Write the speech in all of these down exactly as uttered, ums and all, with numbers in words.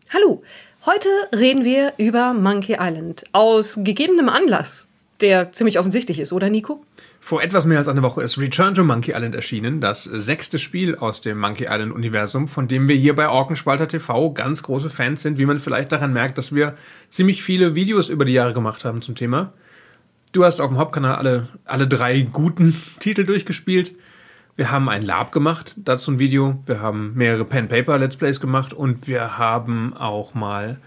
Hallo, heute reden wir über Monkey Island. Aus gegebenem Anlass, der ziemlich offensichtlich ist, oder Nico? Vor etwas mehr als einer Woche ist Return to Monkey Island erschienen, das sechste Spiel aus dem Monkey Island-Universum, von dem wir hier bei Orkenspalter T V ganz große Fans sind, wie man vielleicht daran merkt, dass wir ziemlich viele Videos über die Jahre gemacht haben zum Thema. Du hast auf dem Hauptkanal alle, alle drei guten Titel durchgespielt. Wir haben ein Lab gemacht, dazu ein Video. Wir haben mehrere Pen-Paper-Let's Plays gemacht und wir haben auch mal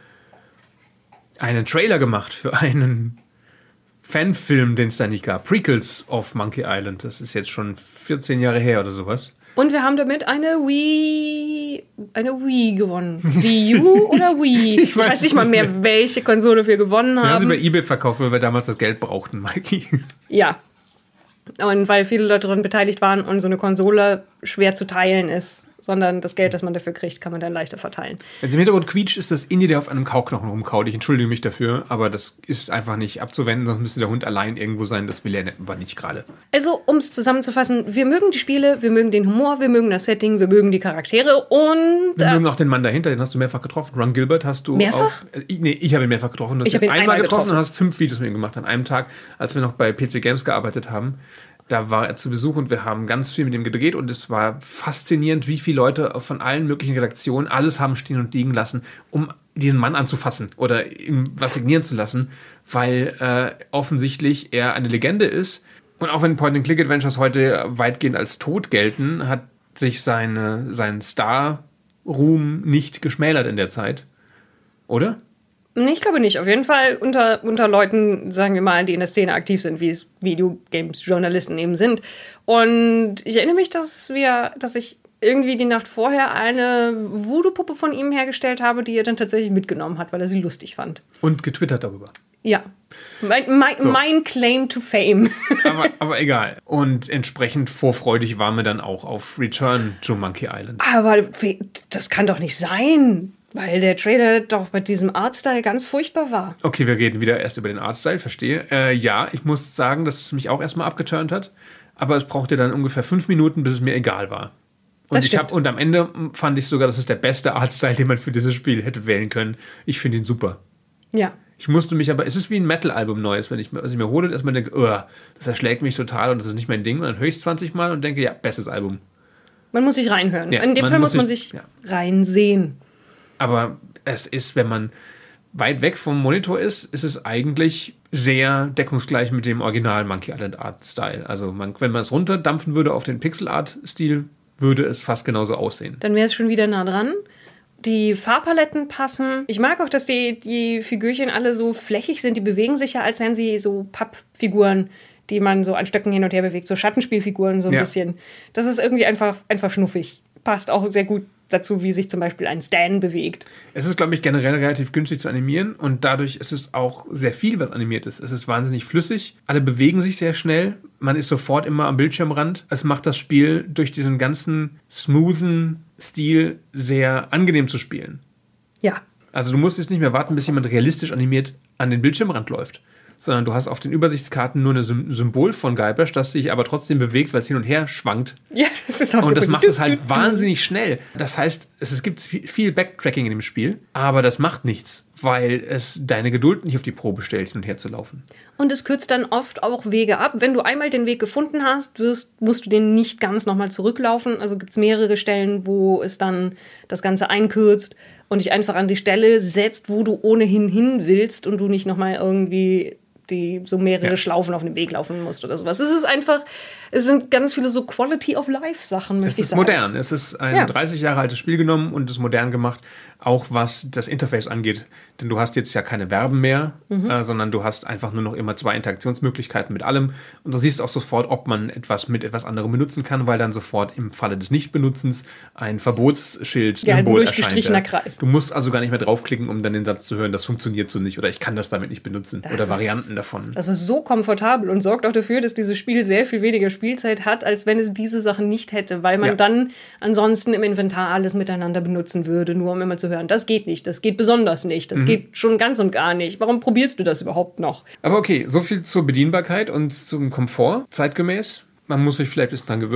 einen Trailer gemacht für einen Fanfilm, den es da nicht gab. Prequels of Monkey Island. Das ist jetzt schon vierzehn Jahre her oder sowas. Und wir haben damit eine Wii, eine Wii gewonnen. Wii U oder Wii? Ich, ich weiß, weiß nicht mal mehr, mehr, welche Konsole wir gewonnen haben. Wir haben sie bei eBay verkauft, weil wir damals das Geld brauchten, Mikey. Ja. Und weil viele Leute daran beteiligt waren und so eine Konsole schwer zu teilen ist, sondern das Geld, das man dafür kriegt, kann man dann leichter verteilen. Wenn es im Hintergrund quietscht, ist das Indie, der auf einem Kauknochen rumkaut. Ich entschuldige mich dafür, aber das ist einfach nicht abzuwenden, sonst müsste der Hund allein irgendwo sein. Das will er aber nicht gerade. Also, um es zusammenzufassen, wir mögen die Spiele, wir mögen den Humor, wir mögen das Setting, wir mögen die Charaktere und... Wir äh, mögen auch den Mann dahinter, den hast du mehrfach getroffen. Ron Gilbert hast du mehrfach? Auch... Äh, nee, ich habe ihn mehrfach getroffen. Du hast ich habe ihn einmal, einmal getroffen und hast fünf Videos mit ihm gemacht an einem Tag, als wir noch bei P C Games gearbeitet haben. Da war er zu Besuch und wir haben ganz viel mit ihm gedreht und es war faszinierend, wie viele Leute von allen möglichen Redaktionen alles haben stehen und liegen lassen, um diesen Mann anzufassen oder ihm was signieren zu lassen, weil äh, offensichtlich er eine Legende ist. Und auch wenn Point-and-Click-Adventures heute weitgehend als tot gelten, hat sich seine, sein Star-Ruhm nicht geschmälert in der Zeit. Oder? Ich glaube nicht. Auf jeden Fall unter, unter Leuten, sagen wir mal, die in der Szene aktiv sind, wie es Videogames-Journalisten eben sind. Und ich erinnere mich, dass wir, dass ich irgendwie die Nacht vorher eine Voodoo-Puppe von ihm hergestellt habe, die er dann tatsächlich mitgenommen hat, weil er sie lustig fand. Und getwittert darüber. Ja. Mein, mein, so. mein Claim to Fame. aber, aber egal. Und entsprechend vorfreudig waren wir dann auch auf Return to Monkey Island. Aber das kann doch nicht sein. Weil der Trailer doch bei diesem Artstyle ganz furchtbar war. Okay, wir reden wieder erst über den Artstyle, verstehe. Äh, ja, ich muss sagen, dass es mich auch erstmal abgeturnt hat. Aber es brauchte dann ungefähr fünf Minuten, bis es mir egal war. Und, das ich hab, und am Ende fand ich sogar, das ist der beste Artstyle, den man für dieses Spiel hätte wählen können. Ich finde ihn super. Ja. Ich musste mich aber, es ist wie ein Metal-Album Neues, wenn ich, was ich mir hole und erstmal denke, oh, das erschlägt mich total und das ist nicht mein Ding. Und dann höre ich es zwanzig Mal und denke, ja, bestes Album. Man muss sich reinhören. Ja, In dem man Fall muss muss man sich, sich ja. reinsehen. Aber es ist, wenn man weit weg vom Monitor ist, ist es eigentlich sehr deckungsgleich mit dem Original Monkey Island Art Style. Also man, wenn man es runterdampfen würde auf den Pixel Art Stil, würde es fast genauso aussehen. Dann wäre es schon wieder nah dran. Die Farbpaletten passen. Ich mag auch, dass die, die Figürchen alle so flächig sind. Die bewegen sich ja, als wären sie so Pappfiguren, die man so an Stöcken hin und her bewegt. So Schattenspielfiguren so ein ja. bisschen. Das ist irgendwie einfach, einfach schnuffig. Passt auch sehr gut dazu, wie sich zum Beispiel ein Stan bewegt. Es ist, glaube ich, generell relativ günstig zu animieren und dadurch ist es auch sehr viel, was animiert ist. Es ist wahnsinnig flüssig, alle bewegen sich sehr schnell, man ist sofort immer am Bildschirmrand. Es macht das Spiel durch diesen ganzen smoothen Stil sehr angenehm zu spielen. Ja. Also du musst jetzt nicht mehr warten, bis jemand realistisch animiert an den Bildschirmrand läuft, sondern du hast auf den Übersichtskarten nur ein Symbol von Guybrush, das sich aber trotzdem bewegt, weil es hin und her schwankt. Ja, das ist auch Und das so macht es halt wahnsinnig schnell. Das heißt, es, es gibt viel Backtracking in dem Spiel, aber das macht nichts, weil es deine Geduld nicht auf die Probe stellt, hin und her zu laufen. Und es kürzt dann oft auch Wege ab. Wenn du einmal den Weg gefunden hast, wirst, musst du den nicht ganz nochmal zurücklaufen. Also gibt es mehrere Stellen, wo es dann das Ganze einkürzt und dich einfach an die Stelle setzt, wo du ohnehin hin willst und du nicht nochmal irgendwie die so mehrere ja. Schlaufen auf dem Weg laufen musst oder sowas. Es ist einfach, es sind ganz viele so Quality-of-Life-Sachen, möchte ich sagen. Es ist modern. Es ist ein ja. dreißig Jahre altes Spiel genommen und ist modern gemacht, auch was das Interface angeht. Denn du hast jetzt ja keine Verben mehr, mhm. äh, sondern du hast einfach nur noch immer zwei Interaktionsmöglichkeiten mit allem. Und du siehst auch sofort, ob man etwas mit etwas anderem benutzen kann, weil dann sofort im Falle des Nichtbenutzens ein Verbotsschild ja, Symbol ein durchgestrichener erscheint. Kreis. Du musst also gar nicht mehr draufklicken, um dann den Satz zu hören, das funktioniert so nicht oder ich kann das damit nicht benutzen das oder ist, Varianten davon. Das ist so komfortabel und sorgt auch dafür, dass dieses Spiel sehr viel weniger Spielzeit hat, als wenn es diese Sachen nicht hätte, weil man ja. dann ansonsten im Inventar alles miteinander benutzen würde, nur um immer zu hören, das geht nicht, das geht besonders nicht, das mhm. geht schon ganz und gar nicht. Warum probierst du das überhaupt noch? Aber okay, so viel zur Bedienbarkeit und zum Komfort, zeitgemäß. Man muss sich vielleicht ein bisschen dran gewöhnen.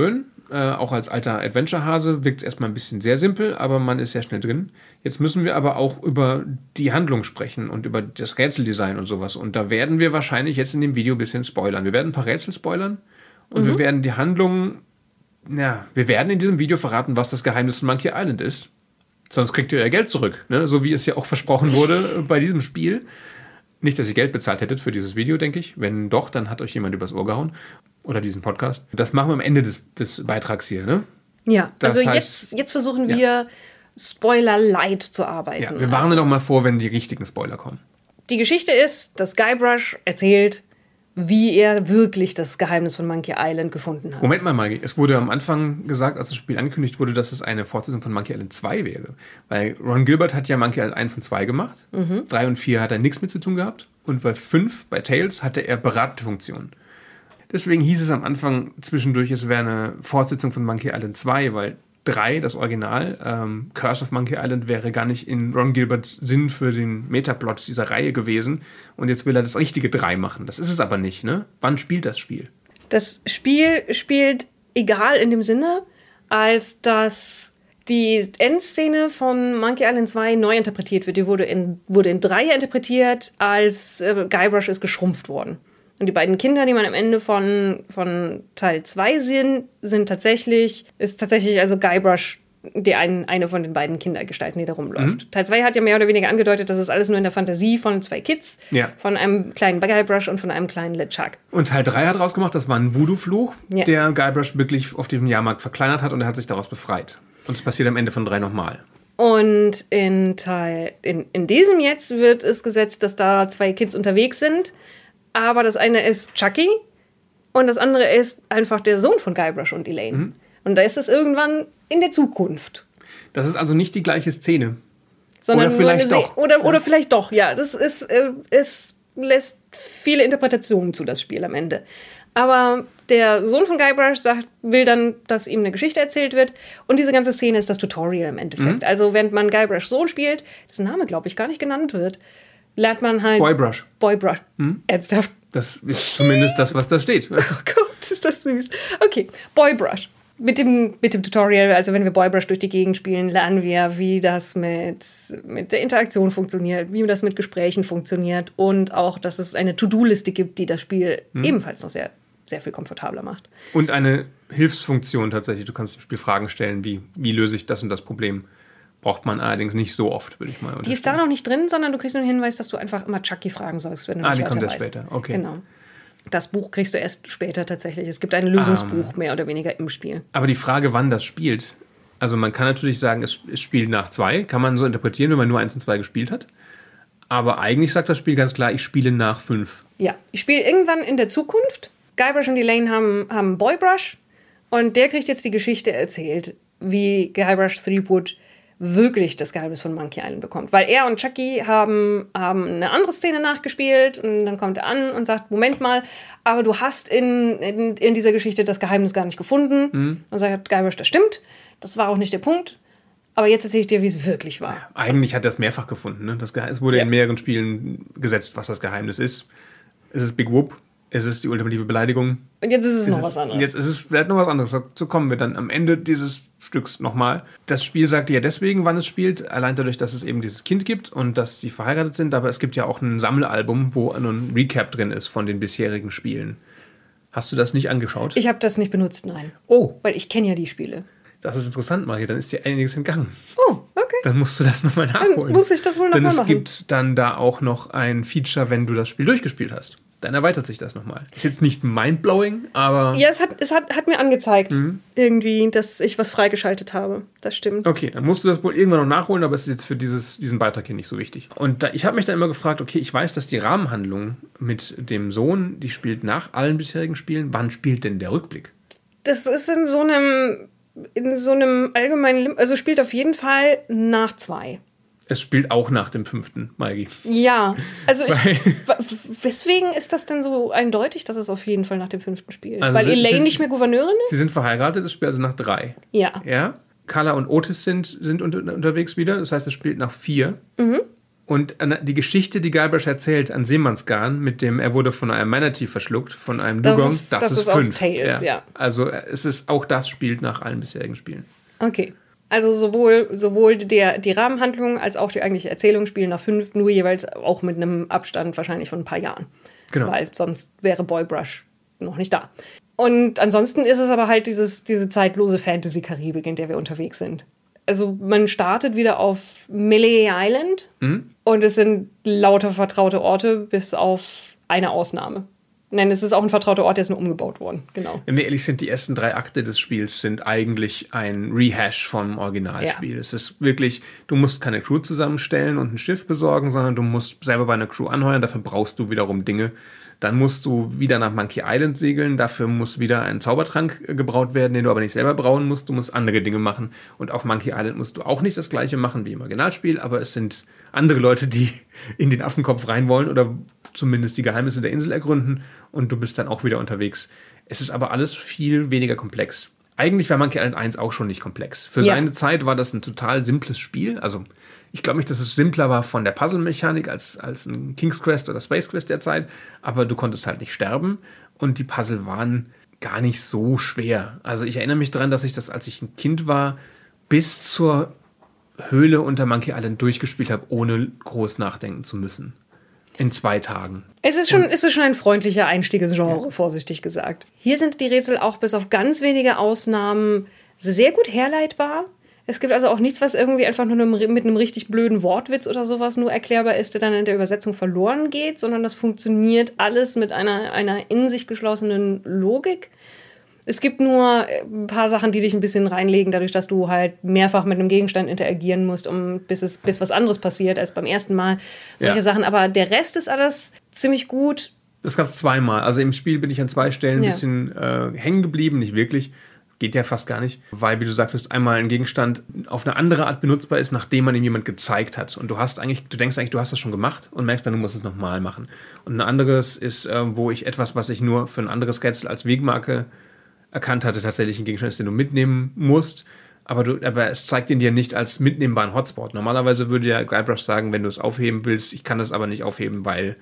Äh, auch als alter Adventure-Hase wirkt es erstmal ein bisschen sehr simpel, aber man ist sehr schnell drin. Jetzt müssen wir aber auch über die Handlung sprechen und über das Rätseldesign und sowas. Und da werden wir wahrscheinlich jetzt in dem Video ein bisschen spoilern. Wir werden ein paar Rätsel spoilern und mhm. wir werden die Handlung, ja, wir werden in diesem Video verraten, was das Geheimnis von Monkey Island ist. Sonst kriegt ihr euer Geld zurück, ne? So wie es ja auch versprochen wurde bei diesem Spiel. Nicht, dass ihr Geld bezahlt hättet für dieses Video, denke ich. Wenn doch, dann hat euch jemand übers Ohr gehauen. Oder diesen Podcast. Das machen wir am Ende des, des Beitrags hier, ne? Ja, das also heißt, jetzt, jetzt versuchen wir ja. Spoiler-light zu arbeiten. Ja, wir warnen also, doch mal vor, wenn die richtigen Spoiler kommen. Die Geschichte ist, dass Guybrush erzählt, wie er wirklich das Geheimnis von Monkey Island gefunden hat. Moment mal, Maggie. Es wurde am Anfang gesagt, als das Spiel angekündigt wurde, dass es eine Fortsetzung von Monkey Island zwei wäre. Weil Ron Gilbert hat ja Monkey Island eins und zwei gemacht. Mhm. drei und vier hat er nichts mit zu tun gehabt. Und bei fünf, bei Tales, hatte er beratende Funktionen. Deswegen hieß es am Anfang zwischendurch, es wäre eine Fortsetzung von Monkey Island zwei, weil drei, das Original, ähm, Curse of Monkey Island, wäre gar nicht in Ron Gilberts Sinn für den Metaplot dieser Reihe gewesen. Und jetzt will er das richtige drei machen. Das ist es aber nicht, ne? Wann spielt das Spiel? Das Spiel spielt egal in dem Sinne, als dass die Endszene von Monkey Island zwei neu interpretiert wird. Die wurde in, wurde in drei interpretiert, als äh, Guybrush ist geschrumpft worden. Und die beiden Kinder, die man am Ende von, von Teil zwei sehen, sind tatsächlich, ist tatsächlich also Guybrush, die ein, eine von den beiden Kindergestalten, die da rumläuft. Mhm. Teil zwei hat ja mehr oder weniger angedeutet, dass es alles nur in der Fantasie von zwei Kids, ja. von einem kleinen Guybrush und von einem kleinen LeChuck. Und Teil drei hat rausgemacht, das war ein Voodoo-Fluch, ja. der Guybrush wirklich auf dem Jahrmarkt verkleinert hat und er hat sich daraus befreit. Und es passiert am Ende von drei nochmal. Und in, Teil, in, in diesem jetzt wird es gesetzt, dass da zwei Kids unterwegs sind. Aber das eine ist Chucky und das andere ist einfach der Sohn von Guybrush und Elaine. Mhm. Und da ist es irgendwann in der Zukunft. Das ist also nicht die gleiche Szene. Sondern oder vielleicht nur eine doch. Oder, oder vielleicht doch, ja. Das ist, äh, es lässt viele Interpretationen zu, das Spiel am Ende. Aber der Sohn von Guybrush sagt, will dann, dass ihm eine Geschichte erzählt wird. Und diese ganze Szene ist das Tutorial im Endeffekt. Mhm. Also während man Guybrushs Sohn spielt, dessen Name, glaube ich, gar nicht genannt wird, lernt man halt... Boybrush. Boybrush. Hm? Ernsthaft. Das ist zumindest das, was da steht. Oh Gott, ist das süß. Okay, Boybrush. Mit dem, mit dem Tutorial, also wenn wir Boybrush durch die Gegend spielen, lernen wir, wie das mit, mit der Interaktion funktioniert, wie das mit Gesprächen funktioniert und auch, dass es eine To-Do-Liste gibt, die das Spiel hm. ebenfalls noch sehr, sehr viel komfortabler macht. Und eine Hilfsfunktion tatsächlich. Du kannst im Spiel Fragen stellen, wie, wie löse ich das und das Problem. Braucht man allerdings nicht so oft, würde ich mal unterstellen. Die ist da noch nicht drin, sondern du kriegst nur den Hinweis, dass du einfach immer Chucky fragen sollst, wenn du ah, nicht die kommt weiter erst weißt. Später, okay. Genau. Das Buch kriegst du erst später tatsächlich. Es gibt ein Lösungsbuch um. mehr oder weniger im Spiel. Aber die Frage, wann das spielt, also man kann natürlich sagen, es, es spielt nach zwei, kann man so interpretieren, wenn man nur eins und zwei gespielt hat. Aber eigentlich sagt das Spiel ganz klar, ich spiele nach fünf. Ja, ich spiele irgendwann in der Zukunft. Guybrush und Elaine haben, haben Boybrush und der kriegt jetzt die Geschichte erzählt, wie Guybrush Threepwood wirklich das Geheimnis von Monkey Island bekommt. Weil er und Chucky haben, haben eine andere Szene nachgespielt und dann kommt er an und sagt, Moment mal, aber du hast in, in, in dieser Geschichte das Geheimnis gar nicht gefunden. Mhm. Und sagt Guybrush, das stimmt, das war auch nicht der Punkt. Aber jetzt erzähle ich dir, wie es wirklich war. Ja, eigentlich hat er es mehrfach gefunden. Ne? Das Geheim- es wurde ja. in mehreren Spielen gesetzt, was das Geheimnis ist. Es ist Big Whoop. Es ist die ultimative Beleidigung. Und jetzt ist es, es noch ist, was anderes. Jetzt ist es vielleicht noch was anderes. So kommen wir dann am Ende dieses Stücks nochmal. Das Spiel sagt ja deswegen, wann es spielt. Allein dadurch, dass es eben dieses Kind gibt und dass sie verheiratet sind. Aber es gibt ja auch ein Sammelalbum, wo ein Recap drin ist von den bisherigen Spielen. Hast du das nicht angeschaut? Ich habe das nicht benutzt, nein. Oh. Weil ich kenne ja die Spiele. Das ist interessant, Maria. Dann ist dir einiges entgangen. Oh, okay. Dann musst du das nochmal nachholen. Dann muss ich das wohl nochmal machen. Denn es gibt dann da auch noch ein Feature, wenn du das Spiel durchgespielt hast. Dann erweitert sich das nochmal. Ist jetzt nicht mindblowing, aber... Ja, es hat, es hat, hat mir angezeigt, mhm. irgendwie, dass ich was freigeschaltet habe. Das stimmt. Okay, dann musst du das wohl irgendwann noch nachholen, aber es ist jetzt für dieses, diesen Beitrag hier nicht so wichtig. Und da, ich habe mich dann immer gefragt, okay, ich weiß, dass die Rahmenhandlung mit dem Sohn, die spielt nach allen bisherigen Spielen. Wann spielt denn der Rückblick? Das ist in so einem, in so einem allgemeinen... Lim- also spielt auf jeden Fall nach zwei. Es spielt auch nach dem fünften, Maigi. Ja, also ich, weswegen ist das denn so eindeutig, dass es auf jeden Fall nach dem fünften spielt? Also Weil Elaine nicht mehr Gouverneurin ist? Sie sind verheiratet, es spielt also nach drei. Ja. Ja. Carla und Otis sind, sind unter, unterwegs wieder, das heißt, es spielt nach vier. Mhm. Und die Geschichte, die Guybrush erzählt an Seemannsgarn, mit dem er wurde von einem Manatee verschluckt, von einem das Dugong, ist, das, das ist, ist fünf. Aus Tales, ja. ja. Also es ist, auch das spielt nach allen bisherigen Spielen. Okay. Also sowohl, sowohl der, die Rahmenhandlung als auch die eigentliche Erzählung spielen nach fünf, nur jeweils auch mit einem Abstand wahrscheinlich von ein paar Jahren. Genau. Weil sonst wäre Boybrush noch nicht da. Und ansonsten ist es aber halt dieses, diese zeitlose Fantasy-Karibik, in der wir unterwegs sind. Also man startet wieder auf Melee Island mhm. und es sind lauter vertraute Orte, bis auf eine Ausnahme. Nein, es ist auch ein vertrauter Ort, der ist nur umgebaut worden. Genau. Wenn wir ehrlich sind, die ersten drei Akte des Spiels sind eigentlich ein Rehash vom Originalspiel. Ja. Es ist wirklich, du musst keine Crew zusammenstellen und ein Schiff besorgen, sondern du musst selber bei einer Crew anheuern. Dafür brauchst du wiederum Dinge. Dann musst du wieder nach Monkey Island segeln. Dafür muss wieder ein Zaubertrank gebraut werden, den du aber nicht selber brauen musst. Du musst andere Dinge machen. Und auf Monkey Island musst du auch nicht das Gleiche machen wie im Originalspiel, aber es sind andere Leute, die in den Affenkopf rein wollen oder zumindest die Geheimnisse der Insel ergründen. Und du bist dann auch wieder unterwegs. Es ist aber alles viel weniger komplex. Eigentlich war Monkey Island eins auch schon nicht komplex. Für ja. seine Zeit war das ein total simples Spiel. Also ich glaube nicht, dass es simpler war von der Puzzle-Mechanik als, als ein King's Quest oder Space Quest der Zeit. Aber du konntest halt nicht sterben. Und die Puzzle waren gar nicht so schwer. Also ich erinnere mich daran, dass ich das, als ich ein Kind war, bis zur Höhle unter Monkey Island durchgespielt habe, ohne groß nachdenken zu müssen. In zwei Tagen. Es ist schon, es ist schon ein freundlicher Einstieg ins Genre, ja. vorsichtig gesagt. Hier sind die Rätsel auch bis auf ganz wenige Ausnahmen sehr gut herleitbar. Es gibt also auch nichts, was irgendwie einfach nur mit einem richtig blöden Wortwitz oder sowas nur erklärbar ist, der dann in der Übersetzung verloren geht, sondern das funktioniert alles mit einer, einer in sich geschlossenen Logik. Es gibt nur ein paar Sachen, die dich ein bisschen reinlegen, dadurch, dass du halt mehrfach mit einem Gegenstand interagieren musst, um bis es bis was anderes passiert als beim ersten Mal. Solche ja. Sachen. Aber der Rest ist alles ziemlich gut. Das gab es zweimal. Also im Spiel bin ich an zwei Stellen ein ja. bisschen äh, hängen geblieben. Nicht wirklich. Geht ja fast gar nicht. Weil, wie du sagtest, einmal ein Gegenstand auf eine andere Art benutzbar ist, nachdem man ihm jemand gezeigt hat. Und du hast eigentlich, du denkst eigentlich, du hast das schon gemacht und merkst dann, du musst es nochmal machen. Und ein anderes ist, äh, wo ich etwas, was ich nur für ein anderes Rätsel als Wegmarke erkannt hatte, tatsächlich ein Gegenstand ist, den du mitnehmen musst, aber, du, aber es zeigt ihn dir nicht als mitnehmbaren Hotspot. Normalerweise würde ja Guybrush sagen, wenn du es aufheben willst, ich kann das aber nicht aufheben, weil,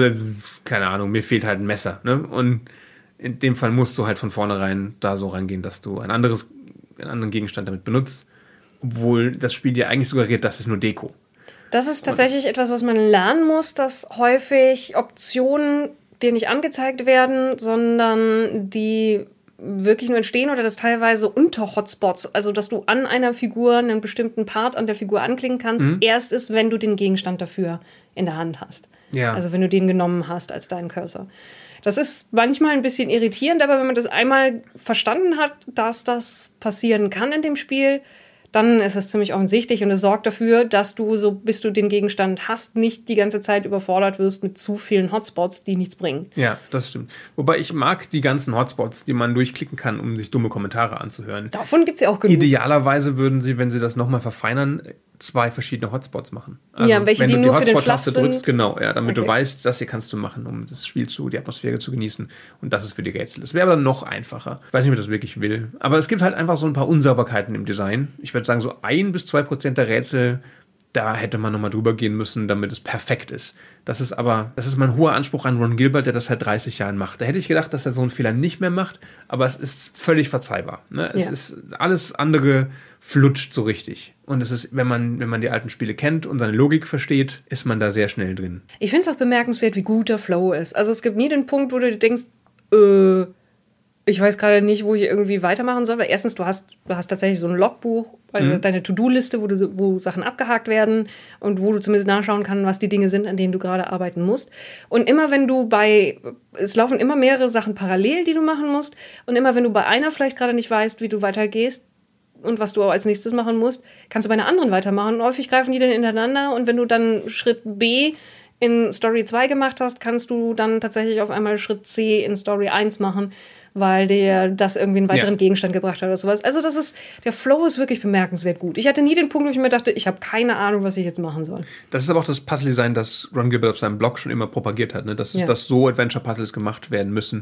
keine Ahnung, mir fehlt halt ein Messer. Ne? Und in dem Fall musst du halt von vornherein da so rangehen, dass du ein anderes, einen anderen Gegenstand damit benutzt, obwohl das Spiel dir eigentlich suggeriert, das ist nur Deko. Das ist tatsächlich Und, etwas, was man lernen muss, dass häufig Optionen dir nicht angezeigt werden, sondern die wirklich nur entstehen oder das teilweise unter Hotspots, also dass du an einer Figur einen bestimmten Part an der Figur anklicken kannst, mhm. erst ist, wenn du den Gegenstand dafür in der Hand hast. Ja. Also wenn du den genommen hast als deinen Cursor. Das ist manchmal ein bisschen irritierend, aber wenn man das einmal verstanden hat, dass das passieren kann in dem Spiel, dann ist es ziemlich offensichtlich und es sorgt dafür, dass du, so bis du den Gegenstand hast, nicht die ganze Zeit überfordert wirst mit zu vielen Hotspots, die nichts bringen. Ja, das stimmt. Wobei ich mag die ganzen Hotspots, die man durchklicken kann, um sich dumme Kommentare anzuhören. Davon gibt es ja auch genug. Idealerweise würden sie, wenn sie das nochmal verfeinern, zwei verschiedene Hotspots machen. Also, ja, welche, wenn die du nur die für den Fluff Hotspot-Taste drückst, genau, ja, damit okay. du weißt, das hier kannst du machen, um das Spiel zu, die Atmosphäre zu genießen. Und das ist für die Rätsel. Das wäre aber dann noch einfacher. Ich weiß nicht, ob ich das wirklich will. Aber es gibt halt einfach so ein paar Unsauberkeiten im Design. Ich würde sagen, so ein bis zwei Prozent der Rätsel, da hätte man nochmal drüber gehen müssen, damit es perfekt ist. Das ist aber, das ist mein hoher Anspruch an Ron Gilbert, der das seit dreißig Jahren macht. Da hätte ich gedacht, dass er so einen Fehler nicht mehr macht, aber es ist völlig verzeihbar. Ne? Es ja. ist alles andere flutscht so richtig. Und es ist, wenn man, wenn man die alten Spiele kennt und seine Logik versteht, ist man da sehr schnell drin. Ich finde es auch bemerkenswert, wie gut der Flow ist. Also es gibt nie den Punkt, wo du dir denkst, äh, ich weiß gerade nicht, wo ich irgendwie weitermachen soll. Weil erstens, du hast, du hast tatsächlich so ein Logbuch, mhm. deine To-Do-Liste, wo, du, wo Sachen abgehakt werden und wo du zumindest nachschauen kannst, was die Dinge sind, an denen du gerade arbeiten musst. Und immer wenn du bei, es laufen immer mehrere Sachen parallel, die du machen musst. Und immer wenn du bei einer vielleicht gerade nicht weißt, wie du weitergehst und was du als nächstes machen musst, kannst du bei einer anderen weitermachen. Und häufig greifen die dann ineinander. Und wenn du dann Schritt B in Story zwei gemacht hast, kannst du dann tatsächlich auf einmal Schritt C in Story eins machen, weil dir das irgendwie einen weiteren ja. Gegenstand gebracht hat oder sowas. Also das ist, der Flow ist wirklich bemerkenswert gut. Ich hatte nie den Punkt, wo ich mir dachte, ich habe keine Ahnung, was ich jetzt machen soll. Das ist aber auch das Puzzle-Design, das Ron Gilbert auf seinem Blog schon immer propagiert hat, ne? Dass, ja. dass so Adventure-Puzzles gemacht werden müssen.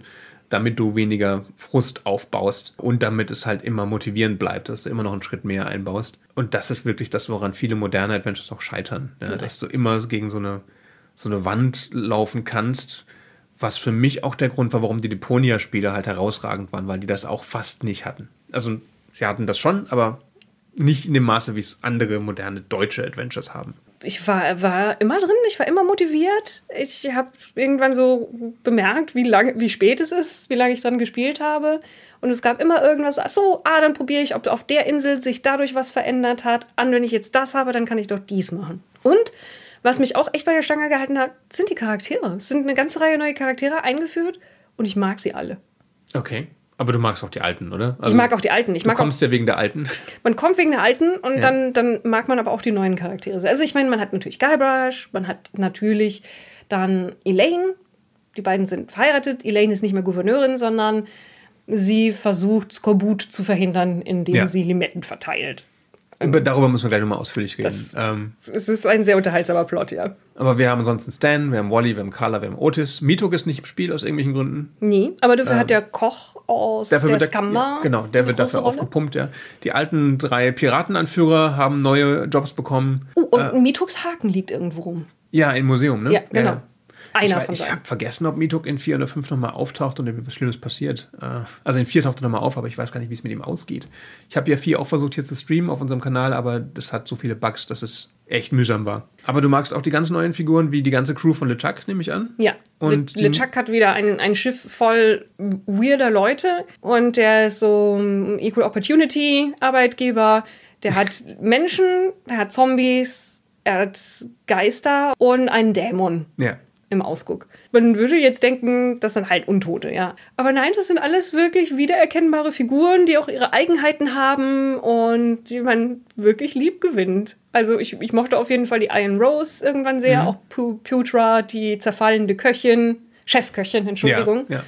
damit du weniger Frust aufbaust und damit es halt immer motivierend bleibt, dass du immer noch einen Schritt mehr einbaust. Und das ist wirklich das, woran viele moderne Adventures auch scheitern. Ja, ja. Dass du immer gegen so eine, so eine Wand laufen kannst, was für mich auch der Grund war, warum die Deponia-Spiele halt herausragend waren, weil die das auch fast nicht hatten. Also sie hatten das schon, aber nicht in dem Maße, wie es andere moderne deutsche Adventures haben. Ich war, war immer drin, ich war immer motiviert. Ich habe irgendwann so bemerkt, wie lange, wie spät es ist, wie lange ich dran gespielt habe. Und es gab immer irgendwas, ach so, ah, dann probiere ich, ob auf der Insel sich dadurch was verändert hat. An, wenn ich jetzt das habe, dann kann ich doch dies machen. Und was mich auch echt bei der Stange gehalten hat, sind die Charaktere. Es sind eine ganze Reihe neue Charaktere eingeführt und ich mag sie alle. Okay. Aber du magst auch die Alten, oder? Also ich mag auch die Alten. Ich du mag kommst auch, ja wegen der Alten. Man kommt wegen der Alten und ja. dann, dann mag man aber auch die neuen Charaktere. Also ich meine, man hat natürlich Guybrush, man hat natürlich dann Elaine. Die beiden sind verheiratet. Elaine ist nicht mehr Gouverneurin, sondern sie versucht, Skorbut zu verhindern, indem ja. sie Limetten verteilt. Über, darüber müssen wir gleich nochmal ausführlich reden. Das, ähm, es ist ein sehr unterhaltsamer Plot, ja. Aber wir haben ansonsten Stan, wir haben Wally, wir haben Carla, wir haben Otis. Mituk ist nicht im Spiel aus irgendwelchen Gründen. Nee, aber dafür ähm, hat der Koch aus der Skamba. Ja, genau, der wird dafür Rolle. aufgepumpt, ja. Die alten drei Piratenanführer haben neue Jobs bekommen. Uh, und äh, Mituks Haken liegt irgendwo rum. Ja, im Museum, ne? Ja, genau. Ja. Einer ich von ich habe vergessen, ob Mituk in vier oder fünf nochmal auftaucht und etwas Schlimmes passiert. Also in vier taucht er nochmal auf, aber ich weiß gar nicht, wie es mit ihm ausgeht. Ich habe ja vier auch versucht hier zu streamen auf unserem Kanal, aber das hat so viele Bugs, dass es echt mühsam war. Aber du magst auch die ganz neuen Figuren, wie die ganze Crew von LeChuck, nehme ich an? Ja, und Le- LeChuck hat wieder ein, ein Schiff voll weirder Leute und der ist so ein Equal Opportunity Arbeitgeber. Der hat Menschen, der hat Zombies, er hat Geister und einen Dämon. Ja. Im Ausguck. Man würde jetzt denken, das sind halt Untote, ja. Aber nein, das sind alles wirklich wiedererkennbare Figuren, die auch ihre Eigenheiten haben und die man wirklich lieb gewinnt. Also ich, ich mochte auf jeden Fall die Iron Rose irgendwann sehr, mhm. auch P- Putra, die zerfallende Köchin, Chefköchin, Entschuldigung. Ja, ja.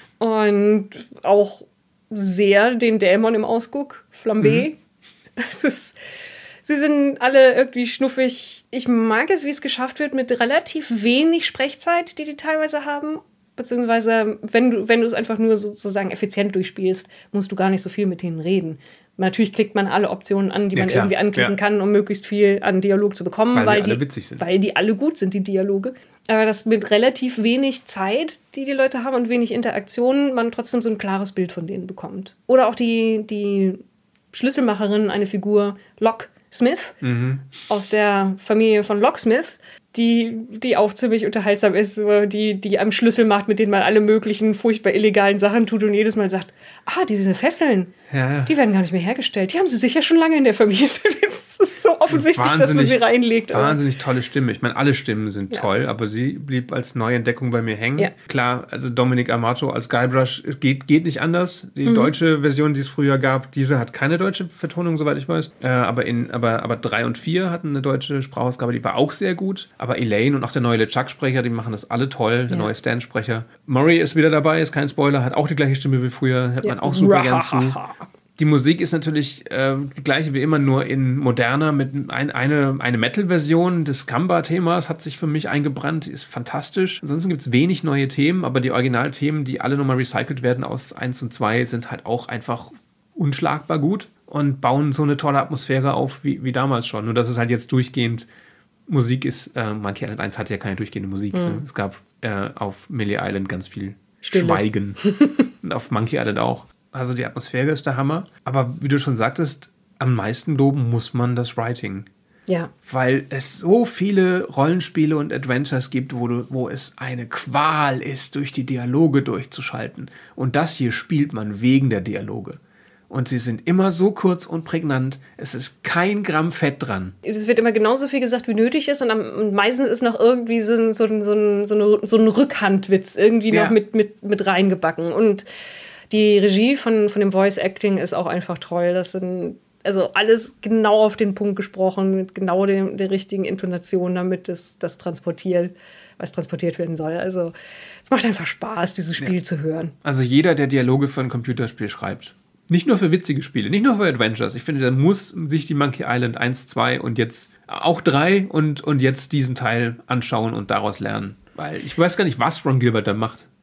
Und auch sehr den Dämon im Ausguck, Flambé. Mhm. Es ist... Sie sind alle irgendwie schnuffig. Ich mag es, wie es geschafft wird mit relativ wenig Sprechzeit, die die teilweise haben. Beziehungsweise, wenn du, wenn du es einfach nur sozusagen effizient durchspielst, musst du gar nicht so viel mit denen reden. Natürlich klickt man alle Optionen an, die ja, man klar. irgendwie anklicken ja. kann, um möglichst viel an Dialog zu bekommen. Weil, weil sie alle die, witzig sind. Weil die alle gut sind, die Dialoge. Aber dass mit relativ wenig Zeit, die die Leute haben und wenig Interaktion, man trotzdem so ein klares Bild von denen bekommt. Oder auch die, die Schlüsselmacherin, eine Figur, Locke Smith, mhm. aus der Familie von Locksmith, die, die auch ziemlich unterhaltsam ist, so die, die am Schlüssel macht, mit denen man alle möglichen furchtbar illegalen Sachen tut und jedes Mal sagt, ah, diese Fesseln, ja, ja. die werden gar nicht mehr hergestellt. Die haben sie sicher schon lange in der Familie. Das ist so offensichtlich, dass man sie reinlegt. Wahnsinnig aber. Tolle Stimme. Ich meine, alle Stimmen sind ja. toll, aber sie blieb als Neuentdeckung bei mir hängen. Ja. Klar, also Dominic Amato als Guybrush geht, geht nicht anders. Die mhm. deutsche Version, die es früher gab, diese hat keine deutsche Vertonung, soweit ich weiß. Äh, aber, in, aber, aber drei und vier hatten eine deutsche Sprachausgabe, die war auch sehr gut. Aber Elaine und auch der neue LeChuck-Sprecher, die machen das alle toll. Der ja. neue Stan-Sprecher. Murray ist wieder dabei, ist kein Spoiler, hat auch die gleiche Stimme wie früher. Hört ja. man auch super gern zu. Die Musik ist natürlich äh, die gleiche wie immer, nur in moderner, mit ein, eine, eine Metal-Version des Skamba-Themas hat sich für mich eingebrannt, ist fantastisch. Ansonsten gibt es wenig neue Themen, aber die Originalthemen, die alle nochmal recycelt werden aus eins und zwei, sind halt auch einfach unschlagbar gut und bauen so eine tolle Atmosphäre auf wie, wie damals schon. Nur dass es halt jetzt durchgehend Musik ist. Äh, Monkey Island eins hatte ja keine durchgehende Musik. Mhm. Ne? Es gab äh, auf Melee Island ganz viel Stille. Schweigen. Und auf Monkey Island auch. Also die Atmosphäre ist der Hammer. Aber wie du schon sagtest, am meisten loben muss man das Writing. Ja. Weil es so viele Rollenspiele und Adventures gibt, wo, du, wo es eine Qual ist, durch die Dialoge durchzuschalten. Und das hier spielt man wegen der Dialoge. Und sie sind immer so kurz und prägnant. Es ist kein Gramm Fett dran. Es wird immer genauso viel gesagt, wie nötig ist. Und, am, und meistens ist noch irgendwie so ein, so ein, so ein, so eine, so ein Rückhandwitz irgendwie ja. noch mit, mit, mit reingebacken. Und die Regie von, von dem Voice Acting ist auch einfach toll. Das sind also alles genau auf den Punkt gesprochen, mit genau den, der richtigen Intonation, damit das, das transportiert, was transportiert werden soll. Also es macht einfach Spaß, dieses Spiel ja. zu hören. Also jeder, der Dialoge für ein Computerspiel schreibt, nicht nur für witzige Spiele, nicht nur für Adventures, ich finde, der muss sich die Monkey Island eins, zwei und jetzt auch drei und, und jetzt diesen Teil anschauen und daraus lernen. Weil ich weiß gar nicht, was Ron Gilbert da macht.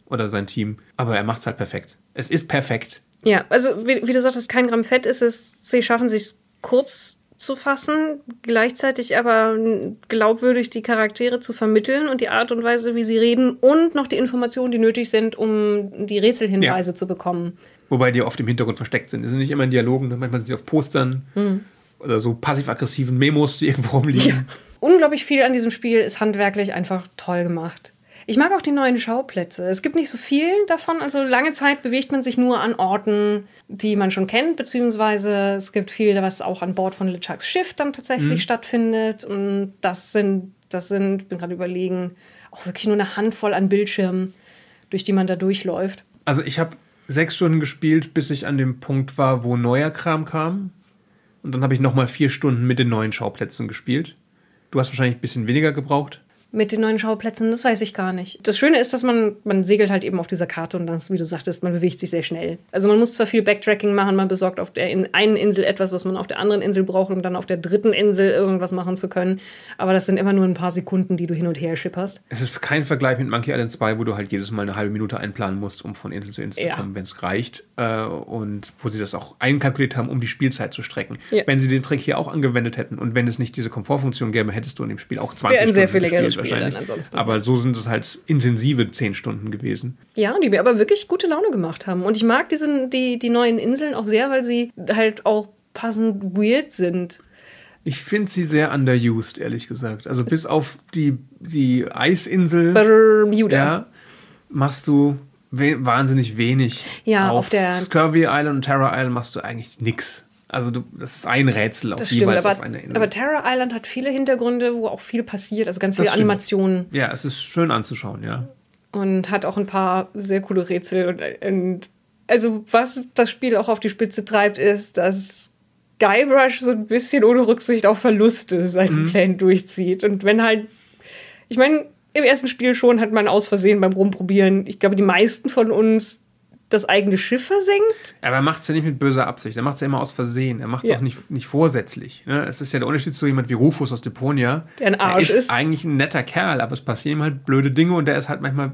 oder sein Team. Aber er macht es halt perfekt. Es ist perfekt. Ja, also wie, wie du sagtest, kein Gramm Fett ist es. Sie schaffen sich kurz zu fassen, gleichzeitig aber glaubwürdig die Charaktere zu vermitteln und die Art und Weise, wie sie reden und noch die Informationen, die nötig sind, um die Rätselhinweise ja. zu bekommen. Wobei die oft im Hintergrund versteckt sind. Die sind nicht immer in Dialogen, manchmal sind sie auf Postern mhm. oder so passiv-aggressiven Memos, die irgendwo rumliegen. Ja. Unglaublich viel an diesem Spiel ist handwerklich einfach toll gemacht. Ich mag auch die neuen Schauplätze. Es gibt nicht so viel davon. Also lange Zeit bewegt man sich nur an Orten, die man schon kennt, beziehungsweise es gibt viel, was auch an Bord von LeChucks Schiff dann tatsächlich mhm. stattfindet. Und das sind, das sind, ich bin gerade überlegen, auch wirklich nur eine Handvoll an Bildschirmen, durch die man da durchläuft. Also ich habe sechs Stunden gespielt, bis ich an dem Punkt war, wo neuer Kram kam. Und dann habe ich nochmal vier Stunden mit den neuen Schauplätzen gespielt. Du hast wahrscheinlich ein bisschen weniger gebraucht. Mit den neuen Schauplätzen, das weiß ich gar nicht. Das Schöne ist, dass man, man segelt halt eben auf dieser Karte und dann, wie du sagtest, man bewegt sich sehr schnell. Also man muss zwar viel Backtracking machen, man besorgt auf der in einen Insel etwas, was man auf der anderen Insel braucht, um dann auf der dritten Insel irgendwas machen zu können. Aber das sind immer nur ein paar Sekunden, die du hin und her schipperst. Es ist kein Vergleich mit Monkey Island zwei, wo du halt jedes Mal eine halbe Minute einplanen musst, um von Insel zu Insel ja. zu kommen, wenn es reicht. Und wo sie das auch einkalkuliert haben, um die Spielzeit zu strecken. Ja. Wenn sie den Trick hier auch angewendet hätten und wenn es nicht diese Komfortfunktion gäbe, hättest du in dem Spiel auch zwanzig Stunden sehr viel gespielt Spiel wahrscheinlich. Ansonsten. Aber so sind es halt intensive zehn Stunden gewesen. Ja, die mir aber wirklich gute Laune gemacht haben. Und ich mag diesen, die, die neuen Inseln auch sehr, weil sie halt auch passend weird sind. Ich finde sie sehr underused, ehrlich gesagt. Also bis auf die, die Eisinsel Bermuda. Ja, machst du we- wahnsinnig wenig. Ja, auf, auf der Scurvy Island und Terror Island machst du eigentlich nichts. Also du, das ist ein Rätsel auf das jeweils stimmt, aber, auf einer Insel. Aber Terror Island hat viele Hintergründe, wo auch viel passiert, also ganz viele Animationen. Ja, es ist schön anzuschauen, ja. Und hat auch ein paar sehr coole Rätsel. Und, und also was das Spiel auch auf die Spitze treibt, ist, dass Guybrush so ein bisschen ohne Rücksicht auf Verluste seinen mhm. Plan durchzieht. Und wenn halt, ich meine, im ersten Spiel schon hat man aus Versehen beim Rumprobieren, ich glaube, die meisten von uns das eigene Schiff versenkt. Aber er macht es ja nicht mit böser Absicht. Er macht es ja immer aus Versehen. Er macht es ja. auch nicht, nicht vorsätzlich. Ne? Es ist ja der Unterschied zu jemand wie Rufus aus Deponia. Der ein Arsch er ist. ist eigentlich ein netter Kerl, aber es passieren ihm halt blöde Dinge und der ist halt manchmal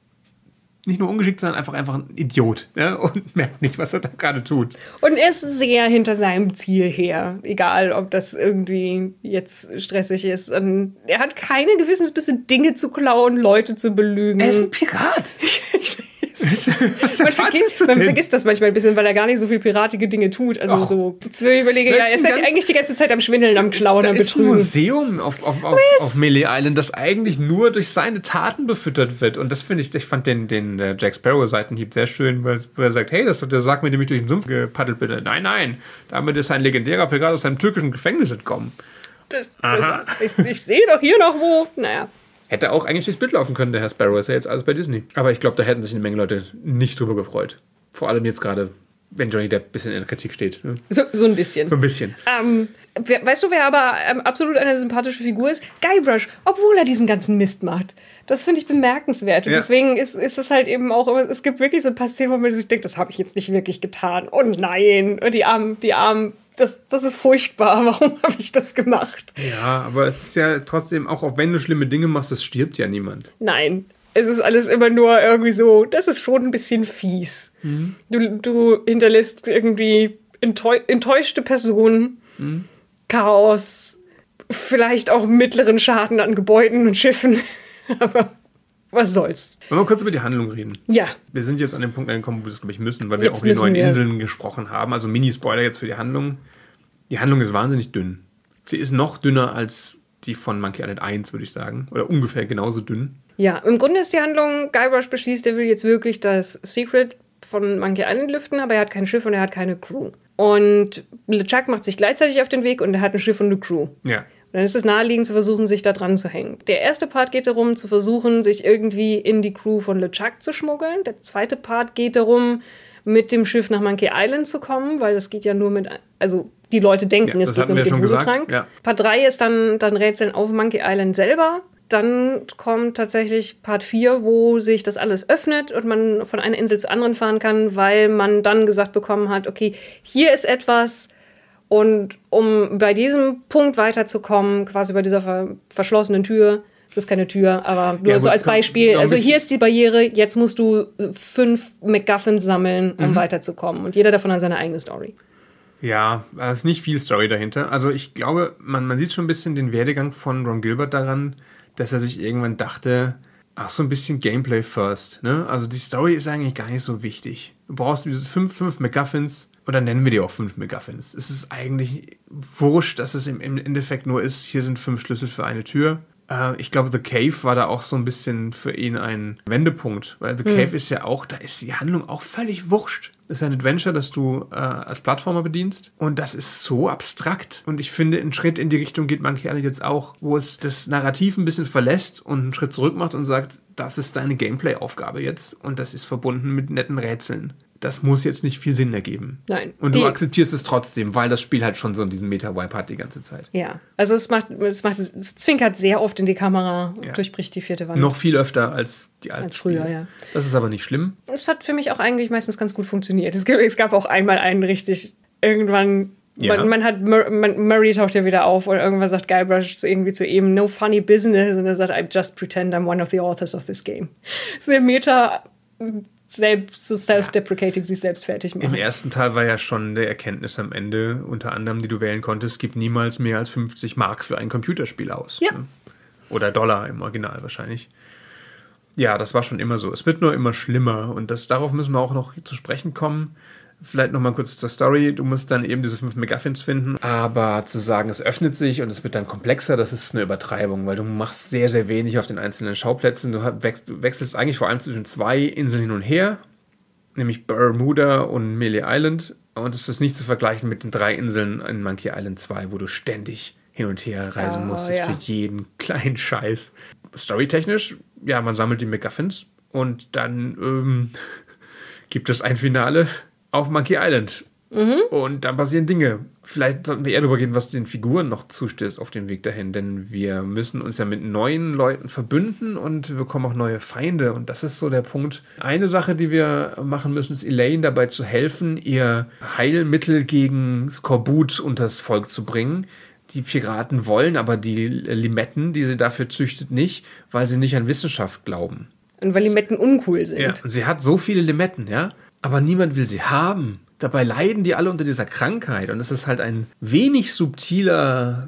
nicht nur ungeschickt, sondern einfach, einfach ein Idiot. Ne? Und merkt nicht, was er da gerade tut. Und er ist sehr hinter seinem Ziel her. Egal, ob das irgendwie jetzt stressig ist. Und er hat keine Gewissensbisse, Dinge zu klauen, Leute zu belügen. Er ist ein Pirat. Was man, vergisst, man vergisst das manchmal ein bisschen, weil er gar nicht so viel piratige Dinge tut. Also Och, so, ich überlege, ja, er ist halt eigentlich die ganze Zeit am Schwindeln, am Klauen, am Betrügen. Da ist ein Museum auf, auf, auf, auf Melee Island, das eigentlich nur durch seine Taten befüttert wird. Und das finde ich, ich fand den, den uh, Jack Sparrow-Seitenhieb sehr schön, weil, weil er sagt, hey, das hat der Sarg, mit dem ich durch den Sumpf gepaddelt bin. Nein, nein, damit ist ein legendärer Pirat aus einem türkischen Gefängnis entkommen. Das, das, ich ich sehe doch hier noch wo. Naja. Hätte auch eigentlich durchs Bild laufen können, der Herr Sparrow, ist ja jetzt alles bei Disney. Aber ich glaube, da hätten sich eine Menge Leute nicht drüber gefreut. Vor allem jetzt gerade, wenn Johnny Depp ein bisschen in der Kritik steht. Ne? So, so ein bisschen. So ein bisschen. Ähm, wer, weißt du, wer aber ähm, absolut eine sympathische Figur ist? Guybrush, obwohl er diesen ganzen Mist macht. Das finde ich bemerkenswert. Und ja. deswegen ist, ist es halt eben auch, es gibt wirklich so ein paar Szenen, wo man sich denkt, das habe ich jetzt nicht wirklich getan. Oh nein. Und die armen, die armen, Das, das ist furchtbar. Warum habe ich das gemacht? Ja, aber es ist ja trotzdem, auch, auch wenn du schlimme Dinge machst, es stirbt ja niemand. Nein, es ist alles immer nur irgendwie so, das ist schon ein bisschen fies. Mhm. Du, du hinterlässt irgendwie enttäu- enttäuschte Personen, mhm. Chaos, vielleicht auch mittleren Schaden an Gebäuden und Schiffen. Aber was soll's. Wollen wir kurz über die Handlung reden? Ja. Wir sind jetzt an dem Punkt angekommen, wo wir das, glaube ich, müssen, weil wir jetzt auch über die neuen wir. Inseln gesprochen haben. Also Mini-Spoiler jetzt für die Handlung. Die Handlung ist wahnsinnig dünn. Sie ist noch dünner als die von Monkey Island eins, würde ich sagen. Oder ungefähr genauso dünn. Ja, im Grunde ist die Handlung, Guybrush beschließt, er will jetzt wirklich das Secret von Monkey Island lüften, aber er hat kein Schiff und er hat keine Crew. Und LeChuck macht sich gleichzeitig auf den Weg und er hat ein Schiff und eine Crew. Ja. Dann ist es naheliegend zu versuchen, sich da dran zu hängen. Der erste Part geht darum, zu versuchen, sich irgendwie in die Crew von LeChuck zu schmuggeln. Der zweite Part geht darum, mit dem Schiff nach Monkey Island zu kommen, weil das geht ja nur mit, also die Leute denken, ja, es geht nur mit dem Voodoo-Trank. Ja. Part drei ist dann, dann Rätseln auf Monkey Island selber. Dann kommt tatsächlich Part vier, wo sich das alles öffnet und man von einer Insel zur anderen fahren kann, weil man dann gesagt bekommen hat, okay, hier ist etwas. Und um bei diesem Punkt weiterzukommen, quasi bei dieser ver- verschlossenen Tür, Es ist keine Tür, aber nur Ja, so gut, als kann- Beispiel. ja, ein Also bisschen- hier ist die Barriere, jetzt musst du fünf MacGuffins sammeln, um Mhm. weiterzukommen. Und jeder davon hat seine eigene Story. Ja, da ist nicht viel Story dahinter. Also ich glaube, man, man sieht schon ein bisschen den Werdegang von Ron Gilbert daran, dass er sich irgendwann dachte, ach, so ein bisschen Gameplay first. Ne? Also die Story ist eigentlich gar nicht so wichtig. Du brauchst diese fünf, fünf MacGuffins oder nennen wir die auch fünf MacGuffins. Es ist eigentlich wurscht, dass es im, im Endeffekt nur ist, hier sind fünf Schlüssel für eine Tür. Äh, ich glaube, The Cave war da auch so ein bisschen für ihn ein Wendepunkt, weil The Cave ist ja auch, da ist die Handlung auch völlig wurscht. Das ist ein Adventure, das du äh, als Plattformer bedienst. Und das ist so abstrakt. Und ich finde, ein Schritt in die Richtung geht Monkey Island jetzt auch, wo es das Narrativ ein bisschen verlässt und einen Schritt zurück macht und sagt, das ist deine Gameplay-Aufgabe jetzt und das ist verbunden mit netten Rätseln. Das muss jetzt nicht viel Sinn ergeben. Nein. Und Die- du akzeptierst es trotzdem, weil das Spiel halt schon so diesen Meta-Wipe hat die ganze Zeit. Ja, also es macht, es macht, es zwinkert sehr oft in die Kamera, Ja. durchbricht die vierte Wand. Noch viel öfter als die alten Als früher, Spiele. ja. Das ist aber nicht schlimm. Es hat für mich auch eigentlich meistens ganz gut funktioniert. Es gab, es gab auch einmal einen richtig, irgendwann, Ja. man, man hat, Mur man, Murray taucht ja wieder auf und irgendwann sagt Guybrush zu- irgendwie zu ihm, no funny business, und er sagt, I just pretend I'm one of the authors of this game. Sehr meta, selbst, so self-deprecating, sich selbst fertig Im machen. ersten Teil war ja schon der Erkenntnis am Ende, unter anderem, die du wählen konntest, gibt niemals mehr als fünfzig Mark für ein Computerspiel aus. Ja. Ne? Oder Dollar im Original wahrscheinlich. Ja, das war schon immer so. Es wird nur immer schlimmer und das, darauf müssen wir auch noch zu sprechen kommen. Vielleicht noch mal kurz zur Story. Du musst dann eben diese fünf MacGuffins finden, aber zu sagen, es öffnet sich und es wird dann komplexer, das ist eine Übertreibung, weil du machst sehr, sehr wenig auf den einzelnen Schauplätzen. Du hast- wechselst, du wechselst eigentlich vor allem zwischen zwei Inseln hin und her, nämlich Bermuda und Melee Island. Und es ist nicht zu vergleichen mit den drei Inseln in Monkey Island zwei, wo du ständig hin und her reisen Oh, musstest ja. für jeden kleinen Scheiß. Storytechnisch, ja, man sammelt die MacGuffins und dann ähm, gibt es ein Finale auf Monkey Island. Und dann passieren Dinge. Vielleicht sollten wir eher darüber gehen, was den Figuren noch zustößt auf dem Weg dahin, denn wir müssen uns ja mit neuen Leuten verbünden und wir bekommen auch neue Feinde und das ist so der Punkt. Eine Sache, die wir machen müssen, ist Elaine dabei zu helfen, ihr Heilmittel gegen Skorbut unters Volk zu bringen. Die Piraten wollen aber die Limetten, die sie dafür züchtet, nicht, weil sie nicht an Wissenschaft glauben. Und weil Limetten uncool sind. Ja, und sie hat so viele Limetten, ja, aber niemand will sie haben. Dabei leiden die alle unter dieser Krankheit und es ist halt ein wenig subtiler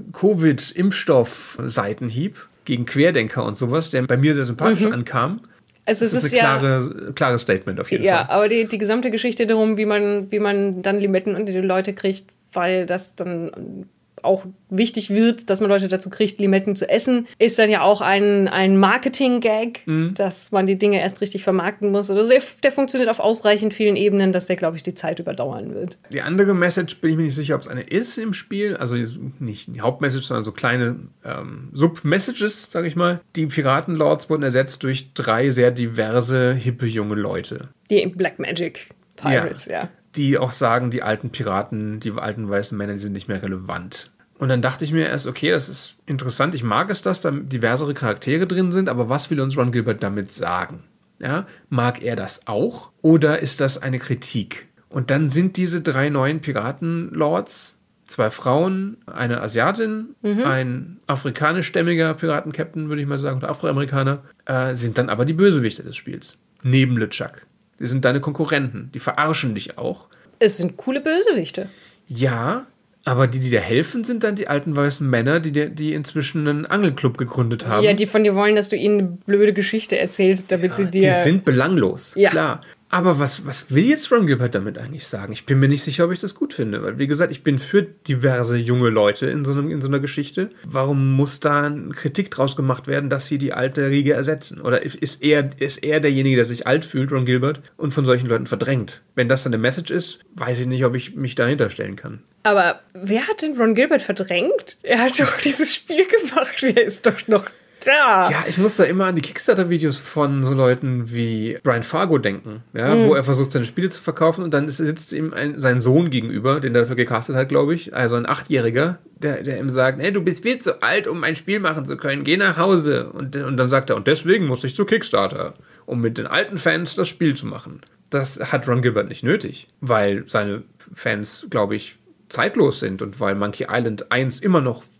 Covid-Impfstoff-Seitenhieb gegen Querdenker und sowas, der bei mir sehr sympathisch ankam. Also es Das ist ist ein ja, klare, klares Statement auf jeden ja, Fall. aber die, die gesamte Geschichte darum, wie man, wie man dann Limetten unter die Leute kriegt, weil das dann auch wichtig wird, dass man Leute dazu kriegt, Limetten zu essen, ist dann ja auch ein, ein Marketing-Gag, Mhm. dass man die Dinge erst richtig vermarkten muss. Also der, der funktioniert auf ausreichend vielen Ebenen, dass der, glaube ich, die Zeit überdauern wird. Die andere Message bin ich mir nicht sicher, ob es eine ist im Spiel. Also jetzt nicht die Hauptmessage, sondern so kleine ähm, Sub-Messages, sage ich mal. Die Piratenlords wurden ersetzt durch drei sehr diverse, hippe junge Leute. Die Black Magic Pirates, ja. Die auch sagen, die alten Piraten, die alten weißen Männer, die sind nicht mehr relevant. Und dann dachte ich mir erst, okay, das ist interessant, ich mag es, dass da diversere Charaktere drin sind, aber was will uns Ron Gilbert damit sagen? Ja, mag er das auch oder ist das eine Kritik? Und dann sind diese drei neuen Piratenlords, zwei Frauen, eine Asiatin, ein afrikanischstämmiger Piratenkapitän, würde ich mal sagen, oder Afroamerikaner, äh, sind dann aber die Bösewichte des Spiels. Neben LeChuck. Die sind deine Konkurrenten, die verarschen dich auch. Es sind coole Bösewichte. Ja, aber die, die dir helfen, sind dann die alten weißen Männer, die, dir- die inzwischen einen Angelclub gegründet haben. Ja, die von dir wollen, dass du ihnen eine blöde Geschichte erzählst, damit sie dir... Die sind belanglos, Ja. klar. Aber was, was will jetzt Ron Gilbert damit eigentlich sagen? Ich bin mir nicht sicher, ob ich das gut finde. Weil, wie gesagt, ich bin für diverse junge Leute in so, einem, in so einer Geschichte. Warum muss da eine Kritik draus gemacht werden, dass sie die alte Riege ersetzen? Oder ist er, ist er derjenige, der sich alt fühlt, Ron Gilbert, und von solchen Leuten verdrängt? Wenn das dann eine Message ist, weiß ich nicht, ob ich mich dahinter stellen kann. Aber wer hat denn Ron Gilbert verdrängt? Er hat doch dieses Spiel gemacht. Er ist doch noch da. Ja, ich muss da immer an die Kickstarter-Videos von so Leuten wie Brian Fargo denken, ja, Mhm. wo er versucht, seine Spiele zu verkaufen und dann ist, sitzt ihm ein, sein Sohn gegenüber, den er dafür gecastet hat, glaube ich, also ein Achtjähriger, der, der ihm sagt, hey, du bist viel zu alt, um ein Spiel machen zu können, geh nach Hause. Und, und dann sagt er, und deswegen muss ich zu Kickstarter, um mit den alten Fans das Spiel zu machen. Das hat Ron Gilbert nicht nötig, weil seine Fans, glaube ich, zeitlos sind und weil Monkey Island eins immer noch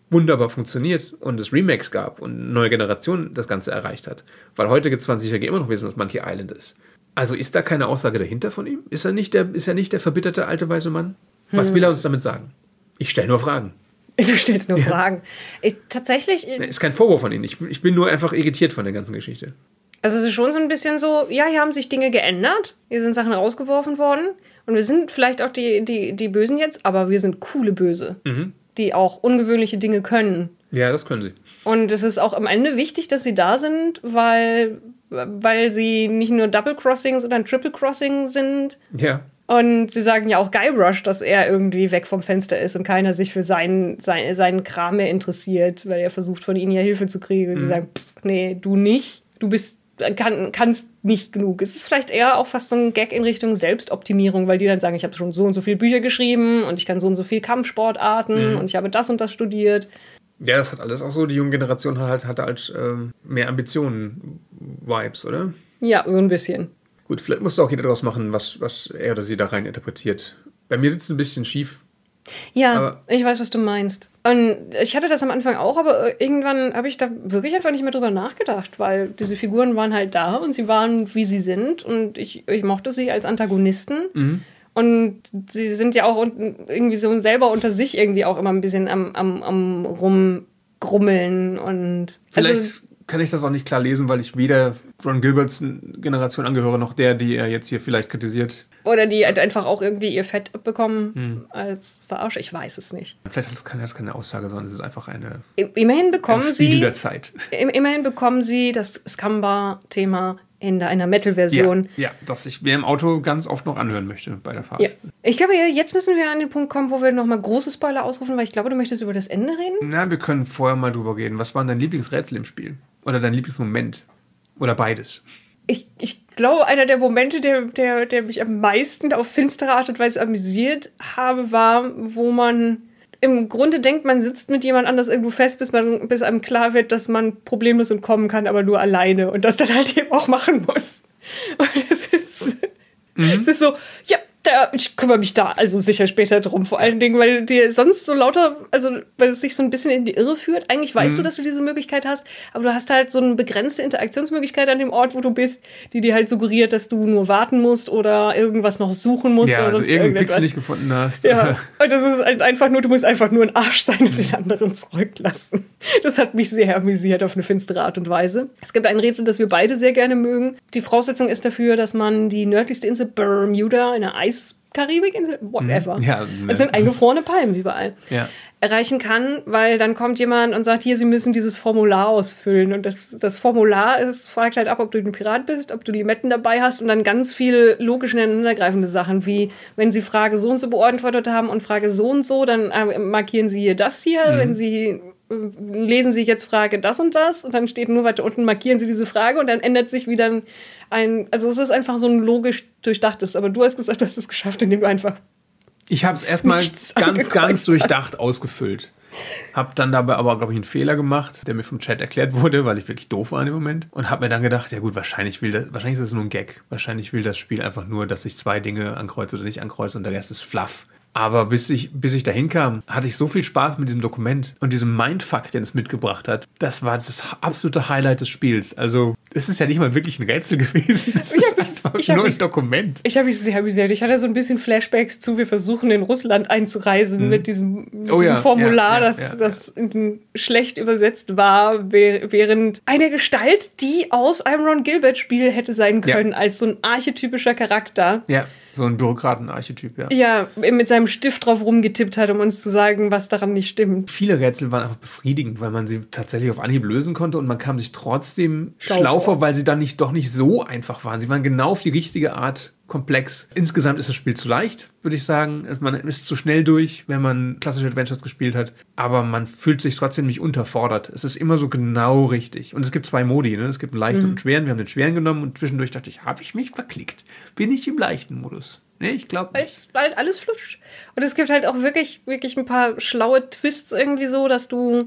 wunderbar funktioniert und es Remakes gab und eine neue Generation das Ganze erreicht hat. Weil heute wird es man sicher immer noch wissen, was Monkey Island ist. Also ist da keine Aussage dahinter von ihm? Ist er nicht der, ist er nicht der verbitterte alte weise Mann? Was hm. will er uns damit sagen? Ich stelle nur Fragen. Du stellst nur ja. Fragen. Ich, tatsächlich... Nee, ist kein Vorwurf von Ihnen. Ich, ich bin nur einfach irritiert von der ganzen Geschichte. Also es ist schon so ein bisschen so, ja, hier haben sich Dinge geändert. Hier sind Sachen rausgeworfen worden. Und wir sind vielleicht auch die, die, die Bösen jetzt, aber wir sind coole Böse. Mhm. Die auch ungewöhnliche Dinge können. Ja, das können sie. Und es ist auch am Ende wichtig, dass sie da sind, weil, weil sie nicht nur Double Crossing, sondern Triple Crossing sind. Ja. Und sie sagen ja auch Guybrush, dass er irgendwie weg vom Fenster ist und keiner sich für seinen, seinen, seinen Kram mehr interessiert, weil er versucht, von ihnen ja Hilfe zu kriegen. Und mhm. sie sagen, pff, nee, du nicht. Du bist, kann, kannst nicht genug. Es ist vielleicht eher auch fast so ein Gag in Richtung Selbstoptimierung, weil die dann sagen, ich habe schon so und so viele Bücher geschrieben und ich kann so und so viele Kampfsportarten mhm. und ich habe das und das studiert. Ja, das hat alles auch so, die junge Generation hat halt, hatte halt ähm, mehr Ambitionen-Vibes, oder? Ja, so ein bisschen. Gut, vielleicht muss da auch jeder daraus machen, was, was er oder sie da rein interpretiert. Bei mir sitzt es ein bisschen schief. Ja, aber ich weiß, was du meinst. Und ich hatte das am Anfang auch, aber irgendwann habe ich da wirklich einfach nicht mehr drüber nachgedacht, weil diese Figuren waren halt da und sie waren, wie sie sind und ich, ich mochte sie als Antagonisten. Mhm. Und sie sind ja auch irgendwie so selber unter sich irgendwie auch immer ein bisschen am, am, am rumgrummeln und... Vielleicht... Also, kann ich das auch nicht klar lesen, weil ich weder Ron Gilberts Generation angehöre, noch der, die er jetzt hier vielleicht kritisiert. Oder die halt einfach auch irgendwie ihr Fett abbekommen hm. als Verarsch. Ich weiß es nicht. Vielleicht hat das keine, das keine Aussage, sondern es ist einfach eine immerhin bekommen ein Spiegel sie, der Zeit. Immerhin bekommen sie das Scumbar-Thema in einer Metal-Version. Ja, ja, das ich mir im Auto ganz oft noch anhören möchte bei der Fahrt. Ja. Ich glaube, jetzt müssen wir an den Punkt kommen, wo wir nochmal große Spoiler ausrufen, weil ich glaube, du möchtest über das Ende reden. Na, wir können vorher mal drüber reden. Was war dein Lieblingsrätsel im Spiel? Oder dein Lieblingsmoment? Oder beides? Ich, ich glaube, einer der Momente, der, der, der mich am meisten auf finstere Art und Weise amüsiert habe, war, wo man im Grunde denkt, man sitzt mit jemand anders irgendwo fest, bis, man, bis einem klar wird, dass man problemlos entkommen kann, aber nur alleine. Und das dann halt eben auch machen muss. Und das ist, mhm. es ist so, ja, da, ich kümmere mich da also sicher später drum. Vor allen Dingen, weil dir sonst so lauter, also weil es sich so ein bisschen in die Irre führt. Eigentlich weißt mhm. du, dass du diese Möglichkeit hast, aber du hast halt so eine begrenzte Interaktionsmöglichkeit an dem Ort, wo du bist, die dir halt suggeriert, dass du nur warten musst oder irgendwas noch suchen musst. Ja, oder sonst also irgendeinen Pixel nicht gefunden hast. Ja, und das ist halt einfach nur, du musst einfach nur ein Arsch sein und den anderen zurücklassen. Das hat mich sehr amüsiert auf eine finstere Art und Weise. Es gibt ein Rätsel, das wir beide sehr gerne mögen. Die Voraussetzung ist dafür, dass man die nördlichste Insel Bermuda, eine Eis Karibikinsel, whatever. Ja, ne. Es sind eingefrorene Palmen überall. Ja. Erreichen kann, weil dann kommt jemand und sagt, hier, Sie müssen dieses Formular ausfüllen. Und das, das Formular ist, fragt halt ab, ob du ein Pirat bist, ob du Limetten dabei hast und dann ganz viele logisch ineinandergreifende Sachen, wie wenn Sie Frage so und so beantwortet haben und Frage so und so, dann äh, markieren Sie hier das hier. Mhm. Wenn Sie äh, lesen Sie jetzt Frage das und das und dann steht nur weiter unten, markieren Sie diese Frage und dann ändert sich wieder ein, also es ist einfach so ein logisch durchdachtes, aber du hast gesagt, du hast es geschafft, indem du einfach Ich habe es erstmal ganz, ganz durchdacht hast. ausgefüllt. Hab dann dabei aber, glaube ich, einen Fehler gemacht, der mir vom Chat erklärt wurde, weil ich wirklich doof war in dem Moment. Und habe mir dann gedacht, ja gut, wahrscheinlich will das, wahrscheinlich ist das nur ein Gag. Wahrscheinlich will das Spiel einfach nur, dass ich zwei Dinge ankreuze oder nicht ankreuze und der Rest ist Fluff. Aber bis ich, bis ich dahin kam, hatte ich so viel Spaß mit diesem Dokument und diesem Mindfuck, den es mitgebracht hat. Das war das absolute Highlight des Spiels. Also, es ist ja nicht mal wirklich ein Rätsel gewesen. Das ich ist einfach ich nur ein mich, Dokument. Ich habe mich sehr amüsiert. Ich hatte so ein bisschen Flashbacks zu, wir versuchen in Russland einzureisen mhm. mit diesem, mit oh, diesem ja, Formular, ja, ja, das, ja, das ja. schlecht übersetzt war, während eine Gestalt, die aus einem Ron Gilbert-Spiel hätte sein können, ja. als so ein archetypischer Charakter. Ja. So ein Bürokraten-Archetyp, ja. Ja, mit seinem Stift drauf rumgetippt hat, um uns zu sagen, was daran nicht stimmt. Viele Rätsel waren einfach befriedigend, weil man sie tatsächlich auf Anhieb lösen konnte und man kam sich trotzdem schlau, schlau vor, weil sie dann nicht, doch nicht so einfach waren. Sie waren genau auf die richtige Art komplex. Insgesamt ist das Spiel zu leicht, würde ich sagen. Man ist zu schnell durch, wenn man klassische Adventures gespielt hat. Aber man fühlt sich trotzdem nicht unterfordert. Es ist immer so genau richtig. Und es gibt zwei Modi, ne? Es gibt einen leichten mhm. und einen schweren. Wir haben den schweren genommen und zwischendurch dachte ich, habe ich mich verklickt? Bin ich im leichten Modus? Nee, ich glaube nicht. Weil halt alles flutscht. Und es gibt halt auch wirklich, wirklich ein paar schlaue Twists irgendwie so, dass du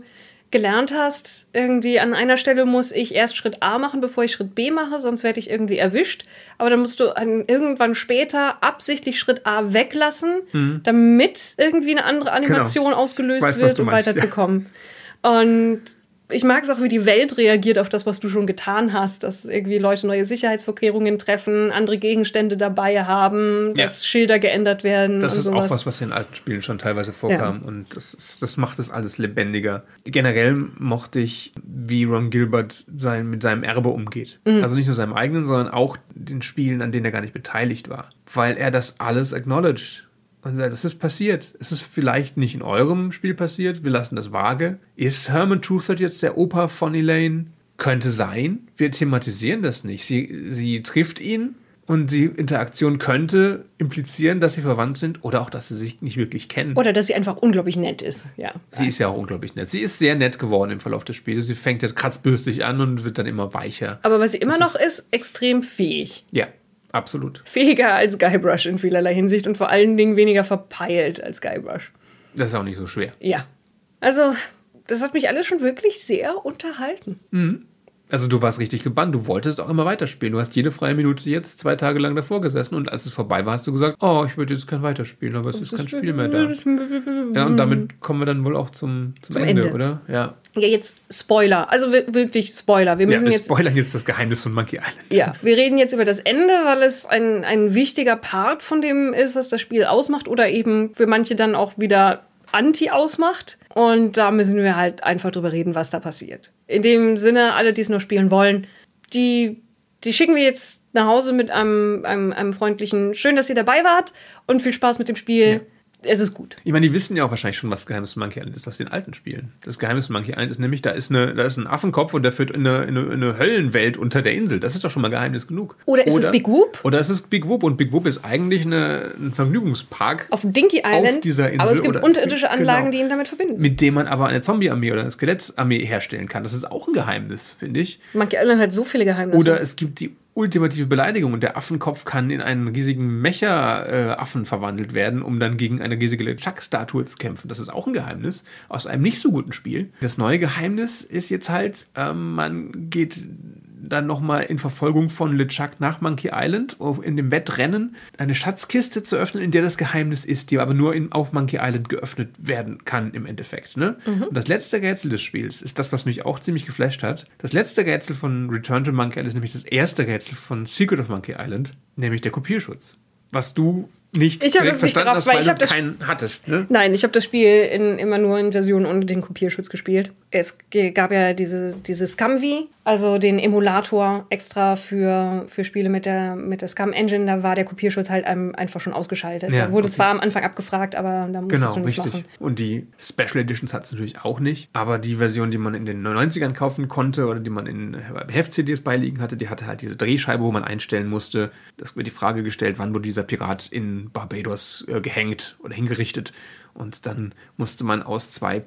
gelernt hast, irgendwie an einer Stelle muss ich erst Schritt A machen, bevor ich Schritt B mache, sonst werde ich irgendwie erwischt. Aber dann musst du an, irgendwann später absichtlich Schritt A weglassen, mhm. damit irgendwie eine andere Animation genau. ausgelöst weiß, wird, um meinst. weiterzukommen. Ja. Und ich mag es auch, wie die Welt reagiert auf das, was du schon getan hast, dass irgendwie Leute neue Sicherheitsvorkehrungen treffen, andere Gegenstände dabei haben, ja. dass Schilder geändert werden. Das und ist sowas. auch was, was in alten Spielen schon teilweise vorkam. Ja. Und das, ist, das macht es alles lebendiger. Generell mochte ich, wie Ron Gilbert sein, mit seinem Erbe umgeht. Mhm. Also nicht nur seinem eigenen, sondern auch den Spielen, an denen er gar nicht beteiligt war. Weil er das alles acknowledged. Und sagt, das ist passiert. Es ist vielleicht nicht in eurem Spiel passiert. Wir lassen das vage. Ist Herman Truthert jetzt der Opa von Elaine? Könnte sein. Wir thematisieren das nicht. Sie, sie trifft ihn und die Interaktion könnte implizieren, dass sie verwandt sind oder auch, dass sie sich nicht wirklich kennen. Oder dass sie einfach unglaublich nett ist. Ja. Sie ist ja auch unglaublich nett. Sie ist sehr nett geworden im Verlauf des Spiels. Sie fängt jetzt kratzbürstig an und wird dann immer weicher. Aber was sie immer das noch ist, ist, extrem fähig. Ja. Absolut. Fähiger als Guybrush in vielerlei Hinsicht und vor allen Dingen weniger verpeilt als Guybrush. Das ist auch nicht so schwer. Ja. Also, das hat mich alles schon wirklich sehr unterhalten. Mhm. Also du warst richtig gebannt, du wolltest auch immer weiterspielen. Du hast jede freie Minute jetzt zwei Tage lang davor gesessen und als es vorbei war, hast du gesagt, oh, ich würde jetzt kein weiterspielen, aber es ist kein Spiel mehr da. Ja, und damit kommen wir dann wohl auch zum, zum, zum Ende, Ende, oder? Ja. Ja, jetzt Spoiler, also wirklich Spoiler. Wir müssen ja, wir jetzt spoilern jetzt das Geheimnis von Monkey Island. Ja, wir reden jetzt über das Ende, weil es ein, ein wichtiger Part von dem ist, was das Spiel ausmacht oder eben für manche dann auch wieder Anti ausmacht. Und da müssen wir halt einfach drüber reden, was da passiert. In dem Sinne, alle, die es noch spielen wollen, die, die schicken wir jetzt nach Hause mit einem, einem, einem freundlichen Schön, dass ihr dabei wart und viel Spaß mit dem Spiel. Ja. Es ist gut. Ich meine, die wissen ja auch wahrscheinlich schon, was das Geheimnis von Monkey Island ist aus den alten Spielen. Das Geheimnis von Monkey Island ist nämlich, da ist, eine, da ist ein Affenkopf und der führt in eine, in, eine, in eine Höllenwelt unter der Insel. Das ist doch schon mal Geheimnis genug. Oder ist oder, es Big Whoop? Oder ist es Big Whoop? Und Big Whoop ist eigentlich eine, ein Vergnügungspark auf Dinky Island, auf dieser Insel. Aber es gibt oder, unterirdische Anlagen, genau, die ihn damit verbinden. Mit dem man aber eine Zombie-Armee oder eine Skelettarmee herstellen kann. Das ist auch ein Geheimnis, finde ich. Monkey Island hat so viele Geheimnisse. Oder es gibt die ultimative Beleidigung und der Affenkopf kann in einen riesigen Mecha-Affen verwandelt werden, um dann gegen eine riesige LeChuck-Statue zu kämpfen. Das ist auch ein Geheimnis aus einem nicht so guten Spiel. Das neue Geheimnis ist jetzt halt, ähm, man geht dann nochmal in Verfolgung von LeChuck nach Monkey Island, in dem Wettrennen eine Schatzkiste zu öffnen, in der das Geheimnis ist, die aber nur in, auf Monkey Island geöffnet werden kann im Endeffekt. Ne? Mhm. Und das letzte Rätsel des Spiels ist das, was mich auch ziemlich geflasht hat. Das letzte Rätsel von Return to Monkey Island ist nämlich das erste Rätsel von Secret of Monkey Island, nämlich der Kopierschutz. Was du nicht ich direkt verstanden gerafft, hast, weil, weil du keinen hattest. Ne? Nein, ich habe das Spiel in, immer nur in Versionen ohne den Kopierschutz gespielt. Es gab ja diese, diese ScumV, also den Emulator extra für, für Spiele mit der, mit der Scum-Engine. Da war der Kopierschutz halt einem einfach schon ausgeschaltet. Ja, der wurde okay. zwar am Anfang abgefragt, aber da musstest genau, du nichts richtig. machen. Und die Special Editions hat es natürlich auch nicht. Aber die Version, die man in den neunzigern kaufen konnte oder die man in Heft-C Ds beiliegen hatte, die hatte halt diese Drehscheibe, wo man einstellen musste. Das wird die Frage gestellt, wann wurde dieser Pirat in Barbados äh, gehängt oder hingerichtet. Und dann musste man aus zwei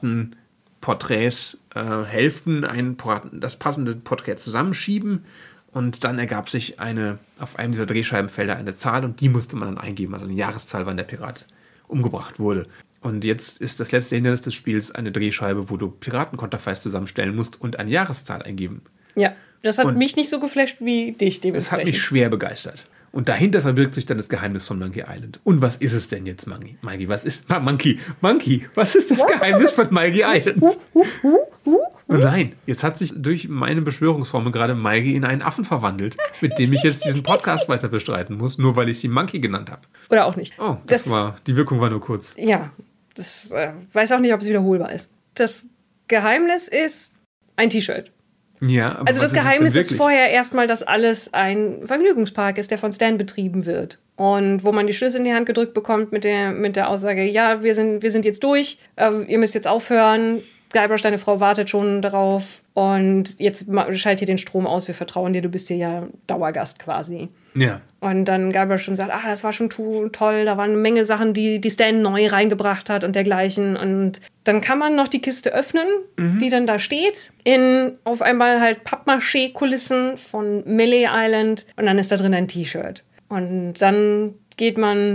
Piratenporträts äh, Hälften ein, das passende Porträt zusammenschieben. Und dann ergab sich eine auf einem dieser Drehscheibenfelder eine Zahl und die musste man dann eingeben. Also eine Jahreszahl, wann der Pirat umgebracht wurde. Und jetzt ist das letzte Hindernis des Spiels eine Drehscheibe, wo du Piratenkonterfeis zusammenstellen musst und eine Jahreszahl eingeben. Ja, das hat und mich nicht so geflasht wie dich. Das hat mich schwer begeistert. Und dahinter verbirgt sich dann das Geheimnis von Monkey Island. Und was ist es denn jetzt, Monkey? Monkey, was ist ah, Monkey? Monkey, was ist das Geheimnis von Monkey Island? Und nein, jetzt hat sich durch meine Beschwörungsformel gerade Monkey in einen Affen verwandelt, mit dem ich jetzt diesen Podcast weiter bestreiten muss, nur weil ich sie Monkey genannt habe. Oder auch nicht. Oh, das, das war, die Wirkung war nur kurz. Ja, das äh, weiß auch nicht, ob es wiederholbar ist. Das Geheimnis ist ein T-Shirt. Ja, aber also das Geheimnis ist, ist vorher erstmal, dass alles ein Vergnügungspark ist, der von Stan betrieben wird. Und wo man die Schlüssel in die Hand gedrückt bekommt mit der, mit der Aussage, ja, wir sind, wir sind jetzt durch, äh, ihr müsst jetzt aufhören, Guybrush, deine Frau wartet schon darauf und jetzt schalt hier den Strom aus, wir vertrauen dir, du bist hier ja Dauergast quasi. Ja. Und dann Guybrush schon sagt, ach, das war schon toll, da waren eine Menge Sachen, die, die Stan neu reingebracht hat und dergleichen. Und dann kann man noch die Kiste öffnen, mhm. die dann da steht, in auf einmal halt Pappmaché-Kulissen von Melee Island und dann ist da drin ein T-Shirt. Und dann geht man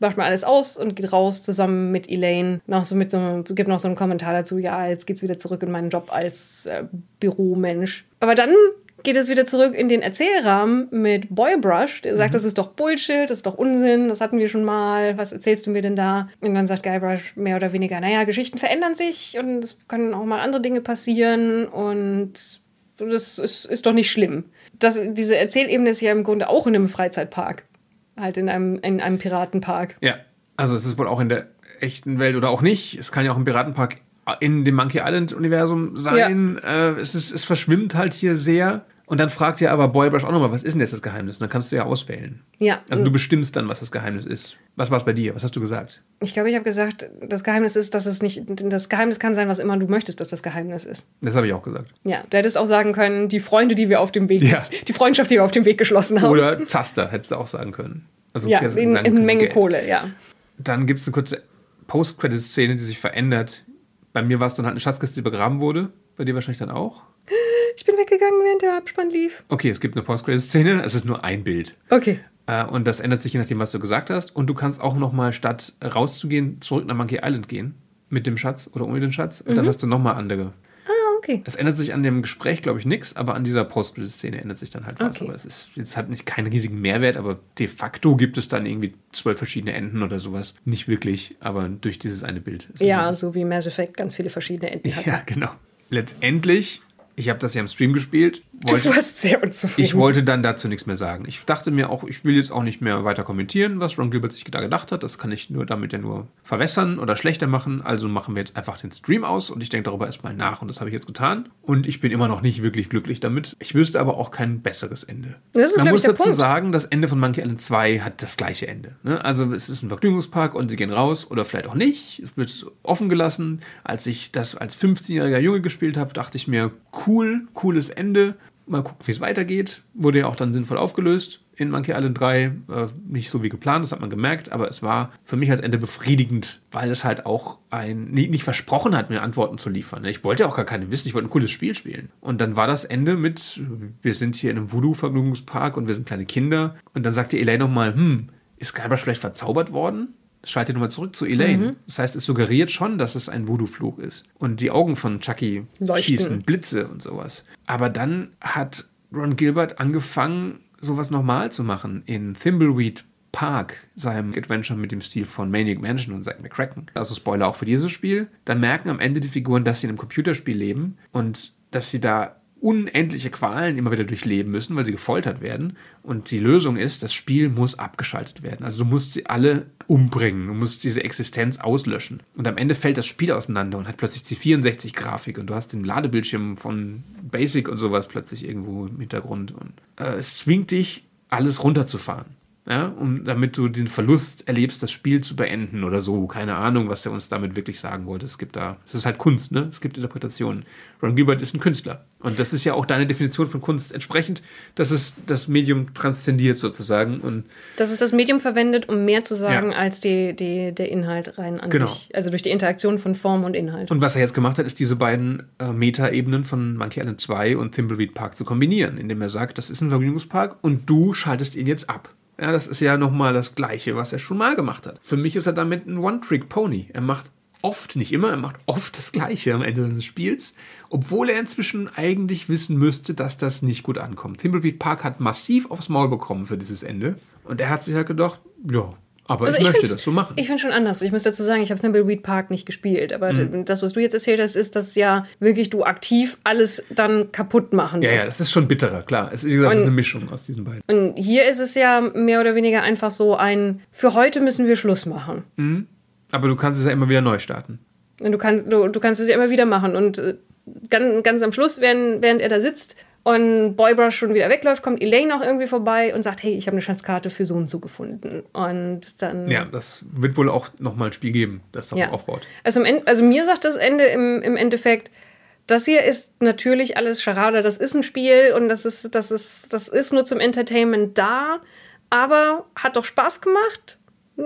macht mal alles aus und geht raus zusammen mit Elaine. Noch so mit so, gibt noch so einen Kommentar dazu, ja, jetzt geht's wieder zurück in meinen Job als äh, Büromensch. Aber dann geht es wieder zurück in den Erzählrahmen mit Boybrush, der sagt, mhm. das ist doch Bullshit, das ist doch Unsinn, das hatten wir schon mal, was erzählst du mir denn da? Und dann sagt Guybrush mehr oder weniger, naja, Geschichten verändern sich und es können auch mal andere Dinge passieren und das ist, ist doch nicht schlimm. Das, diese Erzählebene ist ja im Grunde auch in einem Freizeitpark, halt in einem, in einem Piratenpark. Ja, also es ist wohl auch in der echten Welt oder auch nicht, es kann ja auch im Piratenpark in dem Monkey Island-Universum sein, ja. äh, es, ist, es verschwimmt halt hier sehr. Und dann fragt ja aber Boybrush auch nochmal, was ist denn jetzt das Geheimnis? Und dann kannst du ja auswählen. Ja. Also du bestimmst dann, was das Geheimnis ist. Was war es bei dir? Was hast du gesagt? Ich glaube, ich habe gesagt, das Geheimnis ist, dass es nicht, das Geheimnis kann sein, was immer du möchtest, dass das Geheimnis ist. Das habe ich auch gesagt. Ja, du hättest auch sagen können, die Freunde, die wir auf dem Weg, ja. die Freundschaft, die wir auf dem Weg geschlossen haben. Oder Zaster, hättest du auch sagen können. Also ja, in, in Menge Geld. Kohle, ja. Dann gibt es eine kurze Post-Credit-Szene, die sich verändert. Bei mir war es dann halt eine Schatzkiste, die begraben wurde. Bei dir wahrscheinlich dann auch. Ich bin weggegangen, während der Abspann lief. Okay, es gibt eine Post-Credit-Szene. Es ist nur ein Bild. Okay. Äh, und das ändert sich je nachdem, was du gesagt hast. Und du kannst auch nochmal, statt rauszugehen, zurück nach Monkey Island gehen. Mit dem Schatz oder ohne den Schatz. Und mhm. dann hast du nochmal andere. Ah, okay. Es ändert sich an dem Gespräch, glaube ich, nichts. Aber an dieser Post-Credit-Szene ändert sich dann halt was. Okay. Aber es ist jetzt halt nicht keinen riesigen Mehrwert. Aber de facto gibt es dann irgendwie zwölf verschiedene Enden oder sowas. Nicht wirklich, aber durch dieses eine Bild. Ja, so, so wie Mass Effect ganz viele verschiedene Enden hat. Ja, genau. Letztendlich, ich habe das ja im Stream gespielt. Wollte, du warst sehr unzufrieden. Ich wollte dann dazu nichts mehr sagen. Ich dachte mir auch, ich will jetzt auch nicht mehr weiter kommentieren, was Ron Gilbert sich da gedacht hat. Das kann ich nur damit ja nur verwässern oder schlechter machen. Also machen wir jetzt einfach den Stream aus und ich denke darüber erstmal nach. Und das habe ich jetzt getan. Und ich bin immer noch nicht wirklich glücklich damit. Ich wüsste aber auch kein besseres Ende. Das ist, Man muss dazu Punkt. sagen, das Ende von Monkey Island zwei hat das gleiche Ende. Ne? Also es ist ein Vergnügungspark und sie gehen raus oder vielleicht auch nicht. Es wird offen gelassen. Als ich das als fünfzehnjähriger Junge gespielt habe, dachte ich mir, cool, cooles Ende. Mal gucken, wie es weitergeht. Wurde ja auch dann sinnvoll aufgelöst in Monkey Island drei. Äh, nicht so wie geplant, das hat man gemerkt, aber es war für mich als Ende befriedigend, weil es halt auch ein nicht, nicht versprochen hat, mir Antworten zu liefern. Ich wollte ja auch gar keine wissen, ich wollte ein cooles Spiel spielen. Und dann war das Ende mit, wir sind hier in einem Voodoo-Vergnügungspark und wir sind kleine Kinder. Und dann sagte Elaine nochmal, hm, ist Guybrush vielleicht verzaubert worden? Schaltet nochmal zurück zu Elaine. Mhm. Das heißt, es suggeriert schon, dass es ein Voodoo-Fluch ist. Und die Augen von Chucky Leuchten. Schießen, Blitze und sowas. Aber dann hat Ron Gilbert angefangen, sowas nochmal zu machen in Thimbleweed Park, seinem Adventure mit dem Stil von Maniac Mansion und Zack McCracken. Also Spoiler auch für dieses Spiel. Da merken am Ende die Figuren, dass sie in einem Computerspiel leben und dass sie da unendliche Qualen immer wieder durchleben müssen, weil sie gefoltert werden. Und die Lösung ist, das Spiel muss abgeschaltet werden. Also du musst sie alle umbringen. Du musst diese Existenz auslöschen. Und am Ende fällt das Spiel auseinander und hat plötzlich die vierundsechzig Grafik und du hast den Ladebildschirm von Basic und sowas plötzlich irgendwo im Hintergrund. Und äh, es zwingt dich, alles runterzufahren. Ja, um, damit du den Verlust erlebst, das Spiel zu beenden oder so. Keine Ahnung, was er uns damit wirklich sagen wollte. Es gibt da, es ist halt Kunst, ne? Es gibt Interpretationen. Ron Gilbert ist ein Künstler. Und das ist ja auch deine Definition von Kunst entsprechend, dass es das Medium transzendiert sozusagen. Und dass es das Medium verwendet, um mehr zu sagen, ja, als die, die, der Inhalt rein an genau. sich. Also durch die Interaktion von Form und Inhalt. Und was er jetzt gemacht hat, ist diese beiden äh, Meta-Ebenen von Monkey Island zwei und Thimbleweed Park zu kombinieren, indem er sagt, das ist ein Vergnügungspark und du schaltest ihn jetzt ab. Ja, das ist ja nochmal das Gleiche, was er schon mal gemacht hat. Für mich ist er damit ein One-Trick-Pony. Er macht oft, nicht immer, er macht oft das Gleiche am Ende des Spiels, obwohl er inzwischen eigentlich wissen müsste, dass das nicht gut ankommt. Thimbleweed Park hat massiv aufs Maul bekommen für dieses Ende. Und er hat sich halt gedacht, ja, aber also ich, ich möchte das so machen. Ich finde schon anders. Ich muss dazu sagen, ich habe Thimbleweed Park nicht gespielt. Aber mhm. das, was du jetzt erzählt hast, ist, dass ja wirklich du aktiv alles dann kaputt machen musst. Ja, ja, das ist schon bitterer, klar. Es, wie gesagt, es ist eine Mischung aus diesen beiden. Und hier ist es ja mehr oder weniger einfach so ein, für heute müssen wir Schluss machen. Mhm. Aber du kannst es ja immer wieder neu starten. Und du kannst, du, du kannst es ja immer wieder machen. Und äh, ganz, ganz am Schluss, während, während er da sitzt und Boybrush schon wieder wegläuft, kommt Elaine auch irgendwie vorbei und sagt, hey, ich habe eine Schatzkarte für so und so gefunden. Und dann... Ja, das wird wohl auch nochmal ein Spiel geben, das darauf ja. aufbaut. Also, im End, also mir sagt das Ende im, im Endeffekt, das hier ist natürlich alles Charade, das ist ein Spiel und das ist, das ist, das ist nur zum Entertainment da, aber hat doch Spaß gemacht, ja?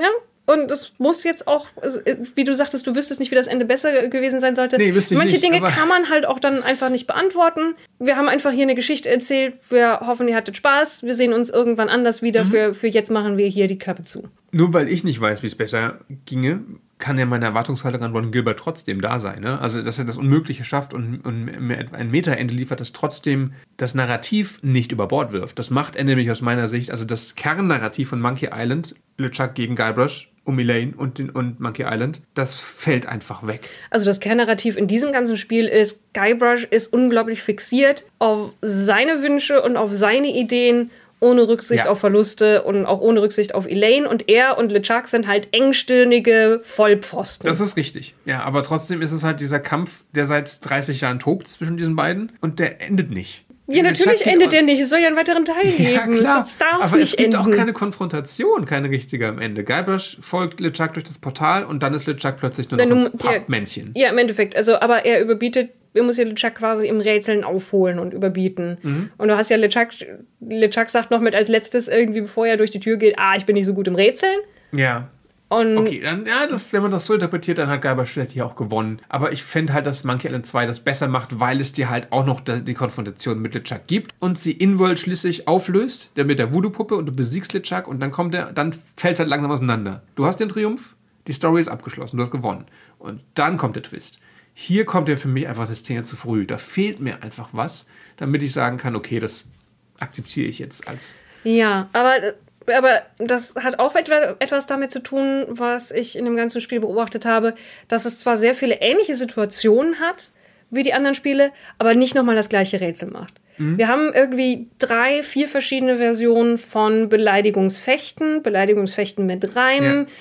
Und es muss jetzt auch, wie du sagtest, du wüsstest nicht, wie das Ende besser gewesen sein sollte. Nee, wüsste ich Manche nicht, Dinge aber kann man halt auch dann einfach nicht beantworten. Wir haben einfach hier eine Geschichte erzählt. Wir hoffen, ihr hattet Spaß. Wir sehen uns irgendwann anders wieder. Mhm. Für, für jetzt machen wir hier die Klappe zu. Nur weil ich nicht weiß, wie es besser ginge, kann ja meine Erwartungshaltung an Ron Gilbert trotzdem da sein. Ne? Also, dass er das Unmögliche schafft und, und ein Meta-Ende liefert, das trotzdem das Narrativ nicht über Bord wirft. Das macht er nämlich aus meiner Sicht, also das Kernnarrativ von Monkey Island, LeChuck gegen Guybrush, um Elaine und, den, und Monkey Island, das fällt einfach weg. Also das Kernnarrativ in diesem ganzen Spiel ist, Guybrush ist unglaublich fixiert auf seine Wünsche und auf seine Ideen, ohne Rücksicht ja. auf Verluste und auch ohne Rücksicht auf Elaine. Und er und LeChuck sind halt engstirnige Vollpfosten. Das ist richtig. Ja, aber trotzdem ist es halt dieser Kampf, der seit dreißig Jahren tobt zwischen diesen beiden und der endet nicht. Ja, natürlich endet der nicht. Es soll ja einen weiteren Teil geben. Ja, klar. Es darf aber nicht es gibt enden. auch keine Konfrontation, keine richtige am Ende. Guybrush folgt LeChuck durch das Portal und dann ist LeChuck plötzlich nur noch ein Pappmännchen. Ja, im Endeffekt. Also, aber er überbietet, er muss ja LeChuck quasi im Rätseln aufholen und überbieten. Mhm. Und du hast ja LeChuck, LeChuck sagt noch mit als letztes irgendwie, bevor er durch die Tür geht, ah, ich bin nicht so gut im Rätseln. Ja. Und okay, dann, ja, das, wenn man das so interpretiert, dann hat Guybrush vielleicht hier auch gewonnen. Aber ich finde halt, dass Monkey Island zwei das besser macht, weil es dir halt auch noch die, die Konfrontation mit LeChuck gibt und sie in-world schließlich auflöst, der mit der Voodoo-Puppe und du besiegst LeChuck und dann kommt er, dann fällt halt langsam auseinander. Du hast den Triumph, die Story ist abgeschlossen, du hast gewonnen. Und dann kommt der Twist. Hier kommt er für mich einfach eine Szene zu früh. Da fehlt mir einfach was, damit ich sagen kann, okay, das akzeptiere ich jetzt als... Ja, aber... Aber das hat auch etwas damit zu tun, was ich in dem ganzen Spiel beobachtet habe, dass es zwar sehr viele ähnliche Situationen hat wie die anderen Spiele, aber nicht nochmal das gleiche Rätsel macht. Mhm. Wir haben irgendwie drei, vier verschiedene Versionen von Beleidigungsfechten, Beleidigungsfechten mit Reimen, ja.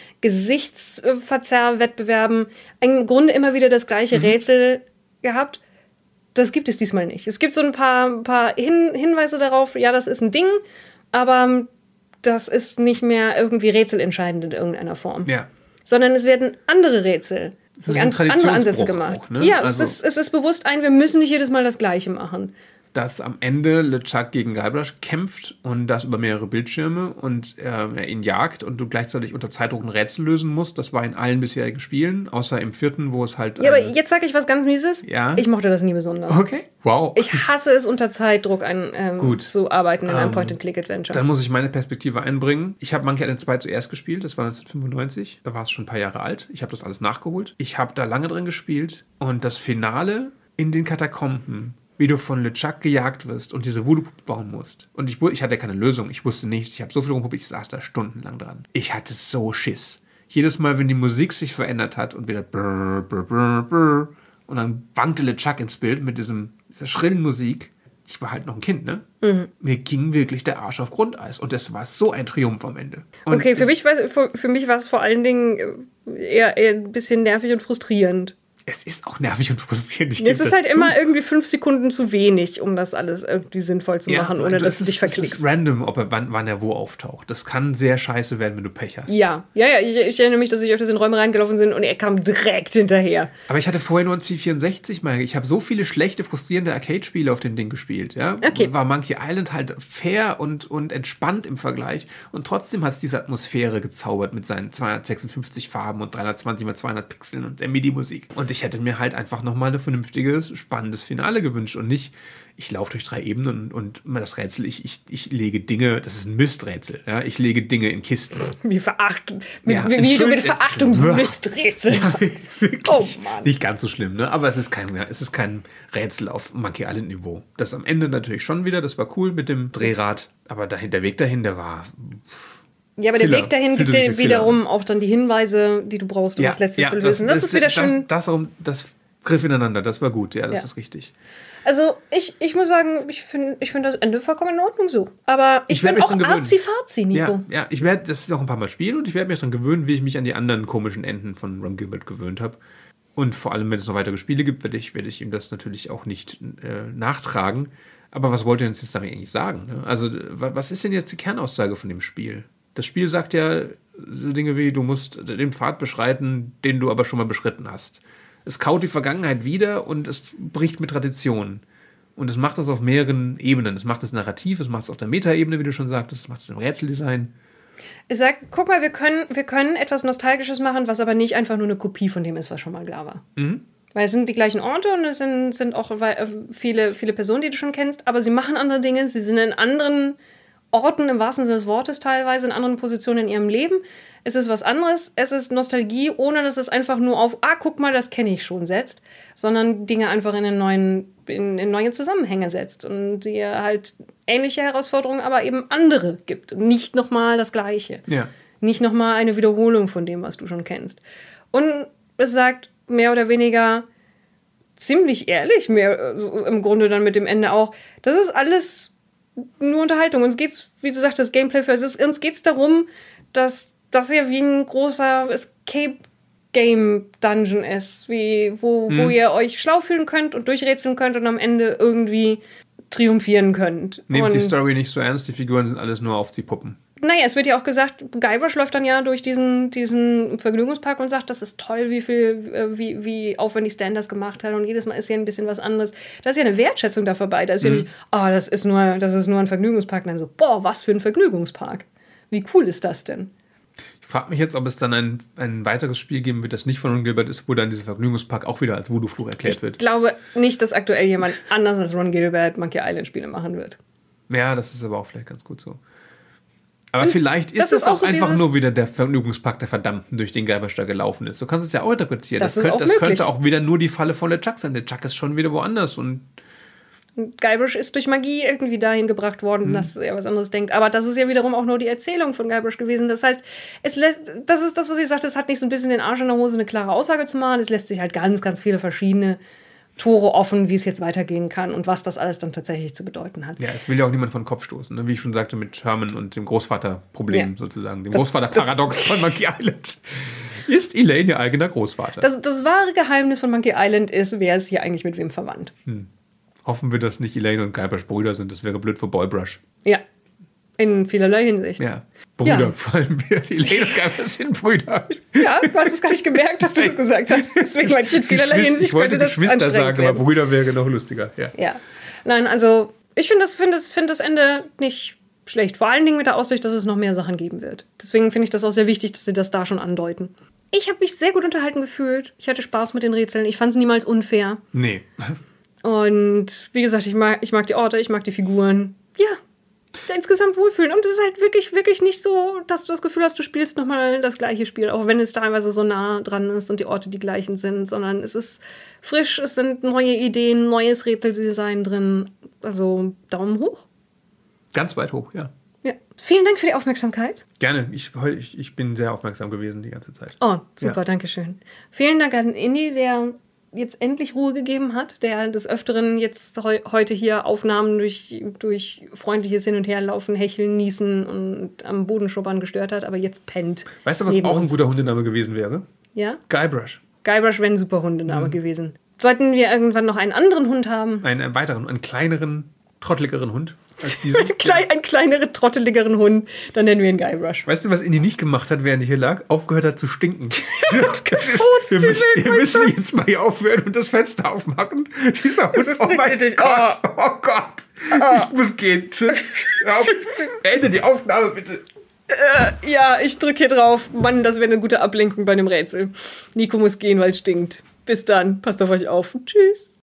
Gesichtsverzerrwettbewerben, im Grunde immer wieder das gleiche mhm. Rätsel gehabt. Das gibt es diesmal nicht. Es gibt so ein paar, paar Hin- Hinweise darauf, ja, das ist ein Ding, aber das ist nicht mehr irgendwie rätselentscheidend in irgendeiner Form. Ja. Sondern es werden andere Rätsel, ganz andere Ansätze gemacht. Auch, ne? Ja, also es, ist, es ist bewusst ein, wir müssen nicht jedes Mal das Gleiche machen. Dass am Ende LeChuck gegen Guybrush kämpft und das über mehrere Bildschirme und äh, er ihn jagt und du gleichzeitig unter Zeitdruck ein Rätsel lösen musst. Das war in allen bisherigen Spielen, außer im vierten, wo es halt... Ja, aber jetzt sage ich was ganz Mieses. Ja? Ich mochte das nie besonders. Okay, wow. Ich hasse es, unter Zeitdruck ein, ähm, Gut. zu arbeiten in einem ähm, Point-and-Click-Adventure. Dann muss ich meine Perspektive einbringen. Ich habe Monkey Island zwei zuerst gespielt, das war neunzehnhundertfünfundneunzig. Da war es schon ein paar Jahre alt. Ich habe das alles nachgeholt. Ich habe da lange drin gespielt und das Finale in den Katakomben, wie du von LeChuck gejagt wirst und diese Voodoo-Puppe bauen musst. Und ich, ich hatte keine Lösung, ich wusste nichts. Ich habe so viel rumprobiert, ich saß da stundenlang dran. Ich hatte so Schiss. Jedes Mal, wenn die Musik sich verändert hat und wieder brr, brr, brr, brr, und dann wankte LeChuck ins Bild mit diesem, dieser schrillen Musik. Ich war halt noch ein Kind, ne? Mhm. Mir ging wirklich der Arsch auf Grundeis. Und das war so ein Triumph am Ende. Und okay, für mich, war, für, für mich war es vor allen Dingen eher, eher ein bisschen nervig und frustrierend. Es ist auch nervig und frustrierend. Ich es ist halt zu. immer irgendwie fünf Sekunden zu wenig, um das alles irgendwie sinnvoll zu ja, machen, ohne dass du dich verklickst. Es ist random, ob er, wann, wann er wo auftaucht. Das kann sehr scheiße werden, wenn du Pech hast. Ja, ja, ja. Ich, ich erinnere mich, dass ich öfters in Räume reingelaufen bin und er kam direkt hinterher. Aber ich hatte vorher nur ein C vierundsechzig mal. Ich habe so viele schlechte, frustrierende Arcade-Spiele auf dem Ding gespielt. Ja? Okay. War Monkey Island halt fair und, und entspannt im Vergleich. Und trotzdem hat es diese Atmosphäre gezaubert mit seinen zweihundertsechsundfünfzig Farben und dreihundertzwanzig mal zweihundert Pixeln und der MIDI-Musik. Und ich hätte mir halt einfach nochmal ein vernünftiges, spannendes Finale gewünscht und nicht, ich laufe durch drei Ebenen und, und das Rätsel, ich, ich, ich lege Dinge, das ist ein Misträtsel, ja, ich lege Dinge in Kisten. Wie Verachtung, mit, ja, wie du mit Verachtung Misträtsel ja, oh Mann. Nicht ganz so schlimm, ne? Aber es ist kein, es ist kein Rätsel auf Monkey Island Niveau. Das am Ende natürlich schon wieder, das war cool mit dem Drehrad, aber dahin, der Weg dahin, der war... Pff, ja, aber Filler. Der Weg dahin gibt dir wiederum auch dann die Hinweise, die du brauchst, um ja, das Letzte ja, zu lösen. Das, das ist wieder das, schön... Das, das, das griff ineinander, das war gut, ja, das ja. ist richtig. Also, ich, ich muss sagen, ich finde ich find das Ende vollkommen in Ordnung so. Aber ich, ich bin auch arzi-fazi, Nico. Ja, ja, ich werde das noch ein paar Mal spielen und ich werde mich daran gewöhnen, wie ich mich an die anderen komischen Enden von Ron Gilbert gewöhnt habe. Und vor allem, wenn es noch weitere Spiele gibt, werde ich, werd ich ihm das natürlich auch nicht äh, nachtragen. Aber was wollt ihr uns jetzt damit eigentlich sagen? Ne? Also, was ist denn jetzt die Kernaussage von dem Spiel? Das Spiel sagt ja so Dinge wie, du musst den Pfad beschreiten, den du aber schon mal beschritten hast. Es kaut die Vergangenheit wieder und es bricht mit Traditionen. Und es macht das auf mehreren Ebenen. Es macht das Narrativ, es macht es auf der Meta-Ebene, wie du schon sagtest, es macht es im Rätseldesign. Ich sag, guck mal, wir können, wir können etwas Nostalgisches machen, was aber nicht einfach nur eine Kopie von dem ist, was schon mal da war. Mhm. Weil es sind die gleichen Orte und es sind, sind auch viele, viele Personen, die du schon kennst, aber sie machen andere Dinge, sie sind in anderen Orten im wahrsten Sinne des Wortes teilweise, in anderen Positionen in ihrem Leben. Es ist was anderes, es ist Nostalgie, ohne dass es einfach nur auf, ah, guck mal, das kenne ich schon, setzt, sondern Dinge einfach in, einen neuen, in, in neue Zusammenhänge setzt und dir halt ähnliche Herausforderungen, aber eben andere gibt. Und nicht nochmal das Gleiche. Ja. Nicht nochmal eine Wiederholung von dem, was du schon kennst. Und es sagt mehr oder weniger ziemlich ehrlich, mehr so im Grunde dann mit dem Ende auch, das ist alles nur Unterhaltung. Uns geht's, wie du sagtest, Gameplay für es. Uns geht's darum, dass das ja wie ein großer Escape-Game-Dungeon ist, wie, wo, hm. wo ihr euch schlau fühlen könnt und durchrätseln könnt und am Ende irgendwie triumphieren könnt. Nehmt und die Story nicht so ernst, die Figuren sind alles nur Aufziehpuppen. Naja, es wird ja auch gesagt, Guybrush läuft dann ja durch diesen, diesen Vergnügungspark und sagt, das ist toll, wie viel, wie, wie aufwendig Stan das gemacht hat und jedes Mal ist ja ein bisschen was anderes. Da ist ja eine Wertschätzung da vorbei. Da ist mhm. ja nicht, oh, das ist nur, das ist nur ein Vergnügungspark. Und dann so, boah, was für ein Vergnügungspark. Wie cool ist das denn? Ich frage mich jetzt, ob es dann ein, ein weiteres Spiel geben wird, das nicht von Ron Gilbert ist, wo dann dieser Vergnügungspark auch wieder als Voodoo-Fluch erklärt ich wird. Ich glaube nicht, dass aktuell jemand anders als Ron Gilbert Monkey Island Spiele machen wird. Ja, das ist aber auch vielleicht ganz gut so. Aber und vielleicht ist es es auch, auch so einfach nur wieder der Vergnügungspark der Verdammten, durch den Guybrush da gelaufen ist. Du kannst es ja auch interpretieren. Das, das, könnte, auch das könnte auch wieder nur die Falle von LeChuck sein. LeChuck ist schon wieder woanders. Und Guybrush ist durch Magie irgendwie dahin gebracht worden, mhm. dass er was anderes denkt. Aber das ist ja wiederum auch nur die Erzählung von Guybrush gewesen. Das heißt, es lässt, das ist das, was ich sagte, es hat nicht so ein bisschen den Arsch in der Hose, eine klare Aussage zu machen. Es lässt sich halt ganz, ganz viele verschiedene Tore offen, wie es jetzt weitergehen kann und was das alles dann tatsächlich zu bedeuten hat. Ja, es will ja auch niemand von den Kopf stoßen, ne? Wie ich schon sagte, mit Herman und dem Großvaterproblem ja. sozusagen, dem Großvaterparadox von Monkey Island. Ist Elaine ihr eigener Großvater? Das, das wahre Geheimnis von Monkey Island ist, wer ist hier eigentlich mit wem verwandt. Hm. Hoffen wir, dass nicht Elaine und Guybrush Brüder sind, das wäre blöd für Boybrush. Ja, in vielerlei Hinsicht. Ja, Brüder, ja. Vor allem wir, Elaine und Guybrush sind Brüder. Ja, du hast es gar nicht gemerkt, dass du das gesagt hast. Deswegen meinte ich, in vielerlei Hinsicht könnte das Geschwister anstrengend sagen, werden. Aber Brüder wäre noch lustiger. Ja, ja. Nein, also ich finde das, find das, find das Ende nicht schlecht. Vor allen Dingen mit der Aussicht, dass es noch mehr Sachen geben wird. Deswegen finde ich das auch sehr wichtig, dass sie das da schon andeuten. Ich habe mich sehr gut unterhalten gefühlt. Ich hatte Spaß mit den Rätseln. Ich fand es niemals unfair. Nee. Und wie gesagt, ich mag, ich mag die Orte, ich mag die Figuren. Ja, insgesamt wohlfühlen. Und es ist halt wirklich, wirklich nicht so, dass du das Gefühl hast, du spielst nochmal das gleiche Spiel, auch wenn es teilweise so nah dran ist und die Orte die gleichen sind, sondern es ist frisch, es sind neue Ideen, neues Rätseldesign drin. Also Daumen hoch. Ganz weit hoch, ja. Ja. Vielen Dank für die Aufmerksamkeit. Gerne. Ich, ich, ich bin sehr aufmerksam gewesen die ganze Zeit. Oh, super, ja. Danke schön. Vielen Dank an Indy, der jetzt endlich Ruhe gegeben hat, der des Öfteren jetzt heu- heute hier Aufnahmen durch, durch freundliches Hin- und Herlaufen, Hecheln, Niesen und am Boden schubbern gestört hat, aber jetzt pennt. Weißt du, was auch uns. Ein guter Hundename gewesen wäre? Ja? Guybrush. Guybrush wäre ein super Hundename mhm. gewesen. Sollten wir irgendwann noch einen anderen Hund haben? Einen, einen weiteren, einen kleineren, trotteligeren Hund. Als ein, klein, ein kleineren, trotteligeren Hund, dann nennen wir ihn Guybrush. Weißt du, was Indy nicht gemacht hat, während er hier lag? Aufgehört hat zu stinken. Das ist, wir müssen, wir müssen jetzt mal hier aufhören und das Fenster aufmachen. Dieser Hund, ist oh mein Gott, oh, oh Gott. Oh. Ich muss gehen. Tschüss. Ende die Aufnahme, bitte. Äh, ja, ich drücke hier drauf. Mann, das wäre eine gute Ablenkung bei einem Rätsel. Nico muss gehen, weil es stinkt. Bis dann. Passt auf euch auf. Tschüss.